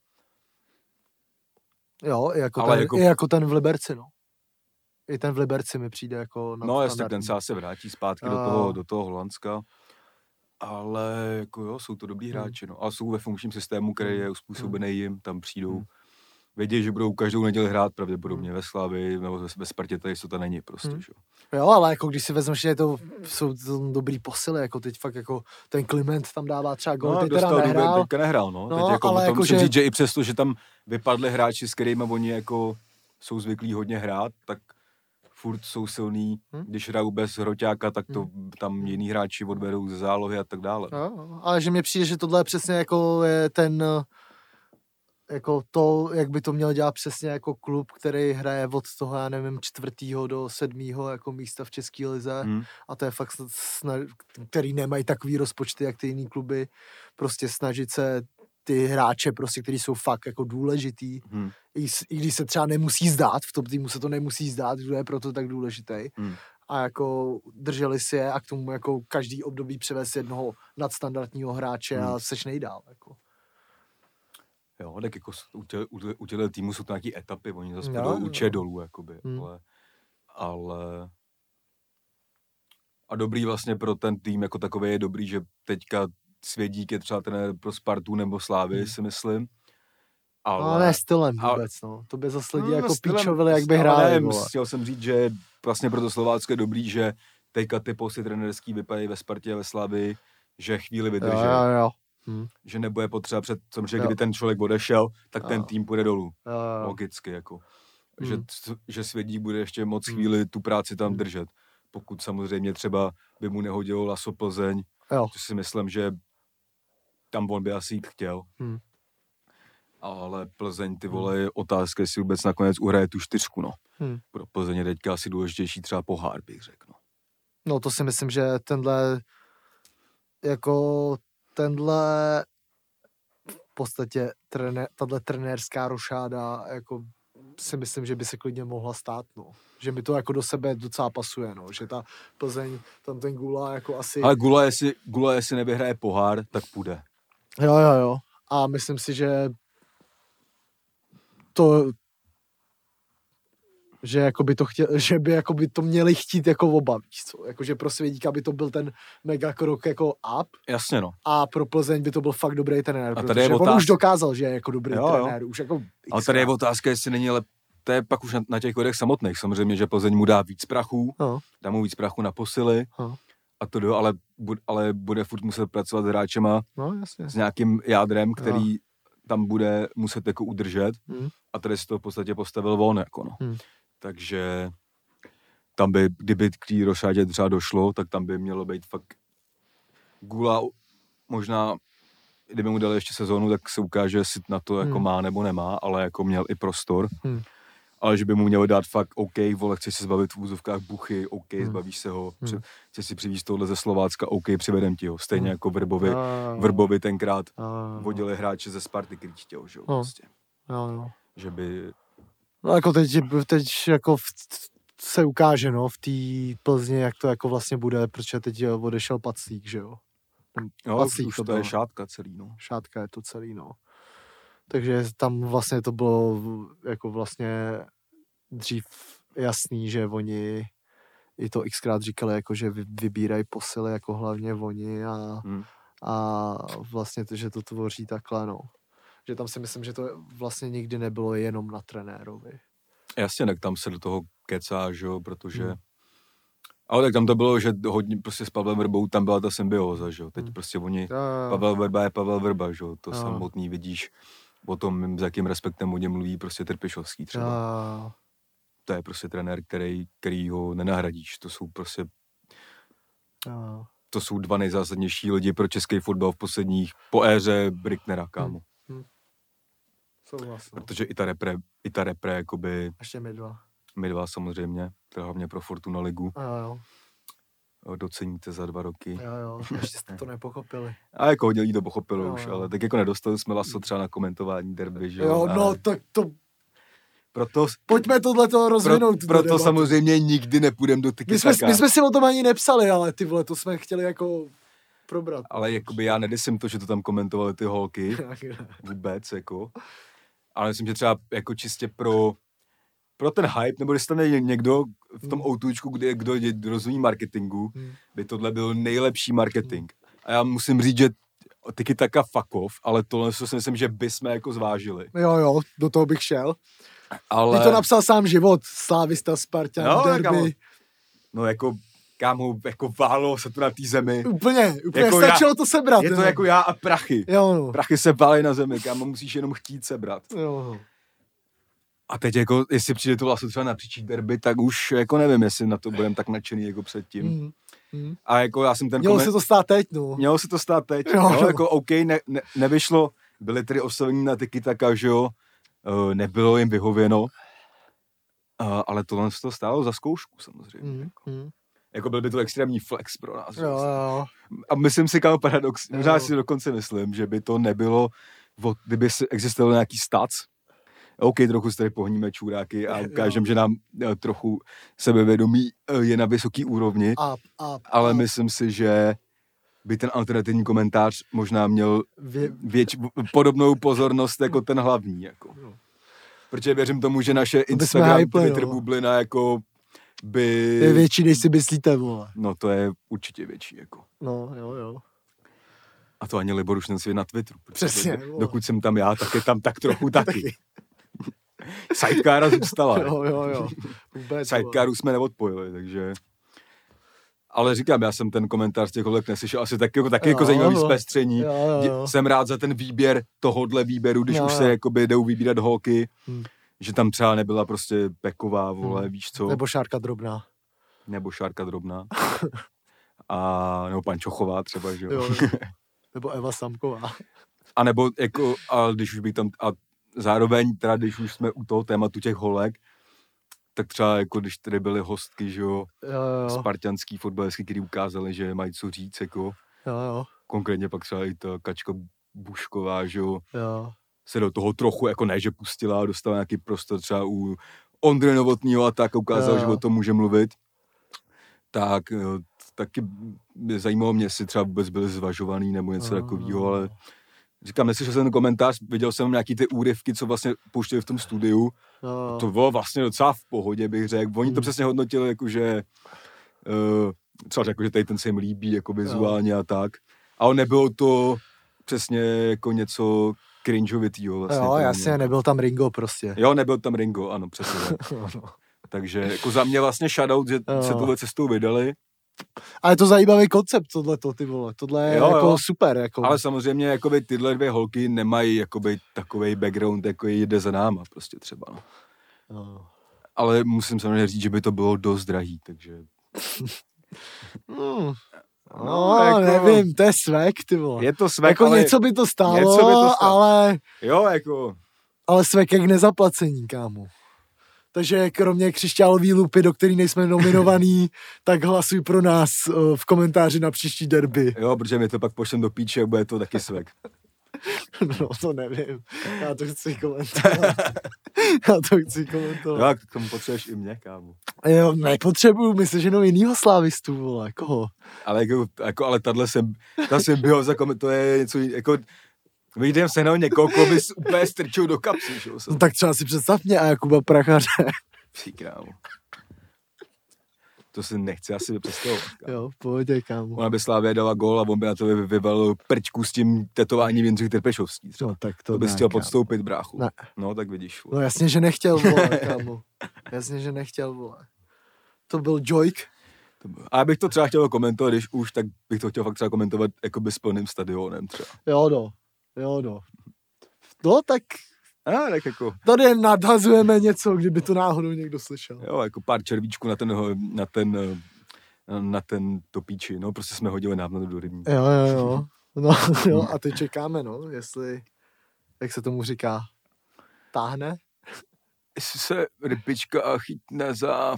Jo, i jako ten v Liberci, no. I ten v Liberci mi přijde jako... No jasně, ten se asi vrátí zpátky do toho Holandska. Ale jako jo, jsou to dobrý hráči, no. A jsou ve funkčním systému, který je uspůsobený jim, tam přijdou. Vědí, že budou každou neděli hrát pravděpodobně ve Slavii, nebo ve Spartě, tady to není prostě, že? Jo, ale jako když si vezmeš, že jsou to dobrý posily, jako teď fakt jako ten Kliment tam dává třeba gól, teď teda nehrál. Teďka nehrál, no. No, Teď jako ale jako musím říct, že i přesto, že tam vypadli hráči, s kterými oni jako jsou zvyklí hodně hrát, tak furt jsou silný, když hrajou bez Hroťáka, tak to tam jiný hráči odvedou ze zálohy a tak dále. No, ale že mně přijde, že tohle je přesně jako je ten, jako to, jak by to měl dělat přesně jako klub, který hraje od toho, já nevím, 4. do 7. jako místa v české lize a to je fakt který nemají takový rozpočty, jak ty jiný kluby, prostě snažit se ty hráče prostě, kteří jsou fakt jako důležitý, i když se třeba nemusí zdát, v tom týmu se to nemusí zdát, kdo je proto tak důležitý. A jako drželi si je a k tomu jako každý období převést jednoho nadstandardního hráče a seš nejdál. Jako. Jo, tak jako u těchto týmu jsou to nějaký etapy, oni zase budou učit dolů, jakoby, ale a dobrý vlastně pro ten tým jako takový je dobrý, že teďka Svědík je třeba trenér pro Spartu nebo Slávy, si myslím. Ale ne stylem vůbec, no. To by zase lidi jako píčovili, jak by hráli. Chtěl jsem říct, že vlastně pro to Slovácko je dobrý, že teďka ty posty trenerský vypadají ve Spartě a ve Slávii, že chvíli vydrží. Jo. Že nebude potřeba že kdyby ten člověk odešel, tak ten tým půjde dolů. Logicky, jako. Že Svědík bude ještě moc chvíli tu práci tam držet. Pokud samozřejmě třeba by mu nehodilo Laso Plzeň, to si myslím, že tam on by asi jít chtěl. Ale Plzeň, ty vole, je otázka, jestli vůbec nakonec uhraje tu 4, no. Pro Plzeň je teďka asi důležitější třeba pohár, bych řekl. No to si myslím, že tenhle v podstatě tato trenérská rošáda jako si myslím, že by se klidně mohla stát, no. Že mi to jako do sebe docela pasuje, no. Že ta Plzeň, tam ten Gula jako asi... Ale Gula jestli nevyhraje pohár, tak půjde. Jo. A myslím si, že že jako by to že by jako by to měli chtít jako oba, víš co? Jakože pro Svědíka by to byl ten mega krok jako up. Jasně, no. A pro Plzeň by to byl fakt dobrý trenér, protože on už dokázal, že je jako dobrý trenér. Už jako ale tady je otázka, jestli není, ale to je pak už na těch kodech samotných. Samozřejmě, že Plzeň mu dá víc prachu, dá mu víc prachu na posily a to ale bude furt muset pracovat s hráčema s nějakým jádrem, který tam bude muset jako udržet a tady si to v podstatě postavil on, jako no. Takže tam by, kdyby k té rošádě třeba došlo, tak tam by mělo být fakt Gula, možná, kdyby mu dali ještě sezónu, tak se ukáže, jestli na to jako má nebo nemá, ale jako měl i prostor. Ale že by mu mělo dát fakt, OK, vole, chci se zbavit v úzovkách Buchy, OK, zbavíš se ho, chci si přivízt tohle ze Slovácka, OK, přivedem ti ho. Stejně jako Vrbovi tenkrát vodili hráče ze Sparty, který chtěl, že jo, prostě. Že by... No jako teď jako se ukáže, no, v té Plzni, jak to jako vlastně bude, protože teď odešel Paclík, že jo. Paclík, už to je Šátka celý, no. Šátka je to celý, no. Takže tam vlastně to bylo jako vlastně dřív jasný, že oni i to xkrát říkali, jako že vybírají posily jako hlavně oni a vlastně to, že to tvoří takhle, no. Že tam si myslím, že to vlastně nikdy nebylo jenom na trenérovi. Jasně, tak tam se do toho kecá, že jo, protože... Ale tak tam to bylo, že hodně prostě s Pavlem Vrbou tam byla ta symbioza, že jo. Teď prostě oni... Pavel Vrba je Pavel Vrba, že jo. To samotný vidíš o tom, s jakým respektem o něm mluví prostě Trpišovský třeba. To je prostě trenér, který ho nenahradíš. To jsou prostě... To jsou dva nejzásadnější lidi pro český fotbal v posledních... Po éře Bricknera, kámo. Souhlasím. Protože i ta repre, jakoby... Ještě My dva samozřejmě, to je hlavně pro Fortuna ligu. Jo. Doceníte za 2 roky. Jo, ještě jste to nepochopili. A jako hodně lidí to pochopilo už, ale tak jako nedostali jsme Laso třeba na komentování derby, že jo. Jo, no tak to... Proto... Pojďme tohleto rozvinout. Proto samozřejmě nikdy nepůjdem do tiki-taka. My jsme si o tom ani nepsali, ale ty vole, to jsme chtěli jako probrat. Ale jakoby já nedesím to, že to tam komentovali ty holky. Vůbec, jako. Ale myslím, že třeba jako čistě pro ten hype, nebo když tam je někdo v tom outůčku, kdo rozumí marketingu, by tohle byl nejlepší marketing. A já musím říct, že tiki-taka fuck off, ale tohle si myslím, že bychom jako zvážili. Jo, do toho bych šel. Ale... Ty to napsal sám život, Slávista, Spartan, derby. No jako, kámo, jako válo se to na té zemi. Úplně Jako stačilo to sebrat. Je to jako já a prachy. Jo, no. Prachy se válí na zemi, kámo, musíš jenom chtít sebrat. Jo, no. A teď jako, jestli přijde to vlastně třeba na příští derby, tak už jako nevím, jestli na to budem tak nadšený jako předtím. A jako já jsem ten Mělo se to stát teď, no. Mělo se to stát teď, jo. No, jako OK, nevyšlo, byly tedy oslovení na tiki-taka, že jo, nebylo jim vyhověno, ale tohle se to stálo za zkoušku samozřejmě. Jako byl by to extrémní flex pro nás. Jo. A myslím si, kámo, paradox, možná si dokonce myslím, že by to nebylo, kdyby existoval nějaký stats, OK, trochu se tady pohníme čůráky a ukážeme, že nám trochu sebevědomí je na vysoký úrovni, ale myslím si, že by ten alternativní komentář možná měl podobnou pozornost jako ten hlavní. Jako. Protože věřím tomu, že naše Instagram, Twitter bublina jako by... Je větší, než si myslíte, vole. No to je určitě větší. Jako. No, jo. A to ani Libor už nesvě na Twitteru. Přesně. Dokud jsem tam já, tak je tam tak trochu taky. Sidecara zůstala. Jo. Sidecaru jsme neodpojili, takže... Ale říkám, já jsem ten komentář z těch holek neslyšel asi taky jako zajímavý zpestření. Jo. Jsem rád za ten výběr tohodle výběru, když už se jakoby jdou vybírat holky, že tam třeba nebyla prostě Peková, vole, víš co. Nebo Šárka Drobná. A nebo Pančochová třeba, že jo. Nebo Eva Samková. A nebo jako, a když už bych tam, a zároveň teda, když už jsme u toho tématu těch holek, tak třeba jako když tady byly hostky, že jo, spartanský fotbalistky, který ukázali, že mají co říct, jako. Jo. Konkrétně pak třeba i ta Kačka Bušková, že jo, se do toho trochu, jako ne, že pustila a dostala nějaký prostor třeba u Ondry Novotnýho a tak ukázal, že o tom může mluvit. Tak taky zajímalo mě, jestli třeba vůbec byly zvažovaný nebo něco takového, ale říkám, neslyšel jsem ten komentář, viděl jsem nějaký ty úryvky, co vlastně pouštěli v tom studiu. To bylo vlastně docela v pohodě, bych řekl. Oni to přesně hodnotili, jakože třeba řekl, že tady ten se jim líbí, jako vizuálně a tak. Ale nebylo to přesně jako něco cringeovitýho. Vlastně, jo, jasně, nebyl tam Ringo prostě. Jo, nebyl tam Ringo, ano, přesně. Takže jako za mě vlastně shoutout, že se tohle cestou vydali. Ale je to zajímavý koncept, tohleto, ty vole. Tohle je jako super. Jako. Ale samozřejmě jakoby, tyhle dvě holky nemají jakoby, takovej background, jako jde za náma prostě třeba. No. Ale musím samozřejmě říct, že by to bylo dost drahý, takže... jako... nevím, to je svek, ty vole. Je to svek, jako ale... něco by to stálo, ale... Jo, jako... Ale svek jak nezaplacení, kámo. Takže kromě křišťálový lupy, do který nejsme nominovaný, tak hlasuj pro nás v komentáři na příští derby. Jo, protože mi to pak pošlem do píče a bude to taky svek. No to nevím. Já to chci komentovat. Jo, k tomu potřebuješ i mě, kámo. Jo, nepotřebuju, myslíš jenom jinýho slávistu, vole, koho? Ale ale ta symbioza, to je něco jako... Vyjdem se na někoho, koho bys úplně strčil do kapsy, že jo? No tak třeba si představ mě a Jakuba Prachaře. Pí, kámo. To si nechci asi představovat, kámo. Jo, pohodě, kámo. Ona by Slávě dala gól a on by na to vyvalil prčku s tím tetováním Jindřich Trpešovský. No, tak to bys chtěl podstoupit, bráchu. Ne. No, tak vidíš. No jasně, že nechtěl, vole, kámo. Jasně, že nechtěl, vole. To byl Jojk. A já bych to třeba chtěl komentovat, když už, tak bych to chtěl fakt třeba komentovat jakoby s plným stadionem třeba. Jo, no, tak jako... Tady nadhazujeme něco, kdyby to náhodou někdo slyšel. Jo, jako pár červíčků na ten topíči, no, prostě jsme hodili návnadu do rybníku. Jo. No, jo, a teď čekáme, no, jestli, jak se tomu říká, táhne? Jestli se rybička chytne za...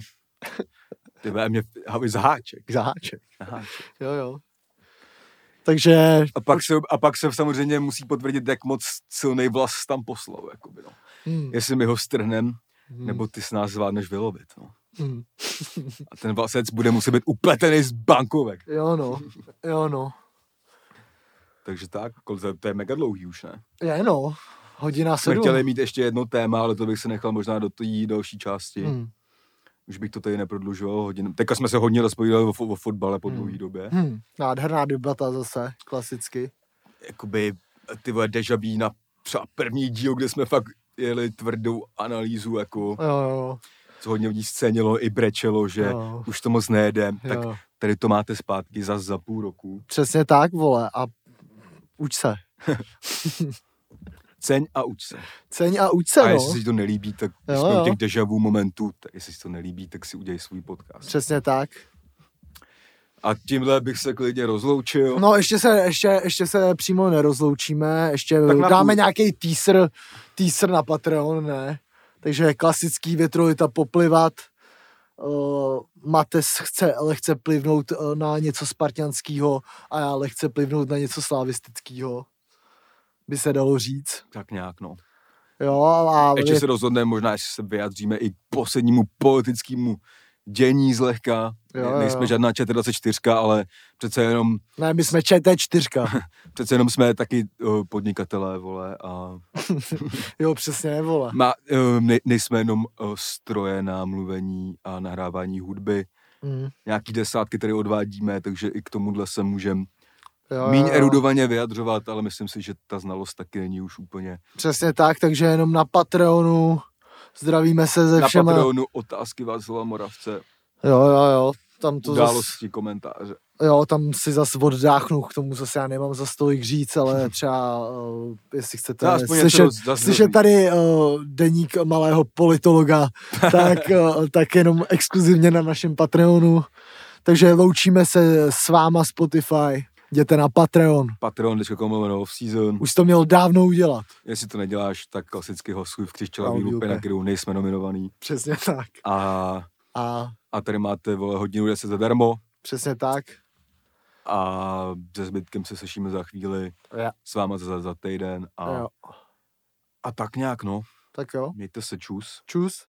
za háček. Za háček. Jo. Takže... A pak se samozřejmě musí potvrdit, jak moc silnej vlas tam poslal, jakoby, no. Jestli my ho strhnem, nebo ty s nás zvládneš vylovit, no. A ten vlasec bude muset být upletený z bankovek. Jo no. Takže tak, to je mega dlouhý už, ne? Je no, 1:07. Jsme chtěli mít ještě jedno téma, ale to bych se nechal možná do té další části. Už bych to tady neprodlužoval hodinu. Teďka jsme se hodně rozpovídali o fotbale po dlouhý době. Nádherná debata zase, klasicky. Jakoby ty vole déjà vu na třeba první díl, kde jsme fakt jeli tvrdou analýzu, jako... Jo. co hodně lidí scénilo i brečelo, že už to moc nejedem, tak tady to máte zpátky zas za půl roku. Přesně tak, vole, a uč se. Ceň a uč se. Ceň a uč se, A jestli si to nelíbí, tak jo, jsme u těch deja vu momentů, tak jestli si to nelíbí, tak si udělej svůj podcast. Přesně tak. A tímhle bych se klidně rozloučil. No ještě se přímo nerozloučíme, ještě dáme nějaký teaser na Patreon, ne? Takže klasický větrolita poplivat. Mates chce lehce plivnout na něco spartianského a já lehce plivnout na něco slavistického. By se dalo říct. Tak nějak, no. Jo, a ještě se rozhodneme, možná ještě se vyjádříme i k poslednímu politickému dění zlehka. Nejsme žádná ČT24, ale přece jenom... Ne, my jsme ČT4. Přece jenom jsme taky podnikatelé, vole, a... Jo, přesně, vole. Nejsme jenom stroje na mluvení a nahrávání hudby. Nějaký desátky tady odvádíme, takže i k tomuhle se můžeme míň erudovaně vyjadřovat, ale myslím si, že ta znalost taky není už úplně... Přesně tak, takže jenom na Patreonu zdravíme se ze všema. Na Patreonu otázky Václava Moravce. Jo. Tam to události, komentáře. Jo, tam si zas oddáchnu, k tomu zase já nemám za stolik říct, ale třeba, jestli chcete slyšet tady deník malého politologa, tak jenom exkluzivně na našem Patreonu. Takže loučíme se s váma Spotify. Jděte na Patreon. Patreon.com/offseason. Už to měl dávno udělat. Jestli to neděláš, tak klasicky hostuj v křišťálové lupě, na kterou nejsme nominovaný. Přesně tak. A tady máte, vole, hodinu 10 zadarmo. Přesně tak. A se zbytkem se sešíme za chvíli. S váma za týden. A tak nějak, no. Tak jo. Mějte se, čus. Čus.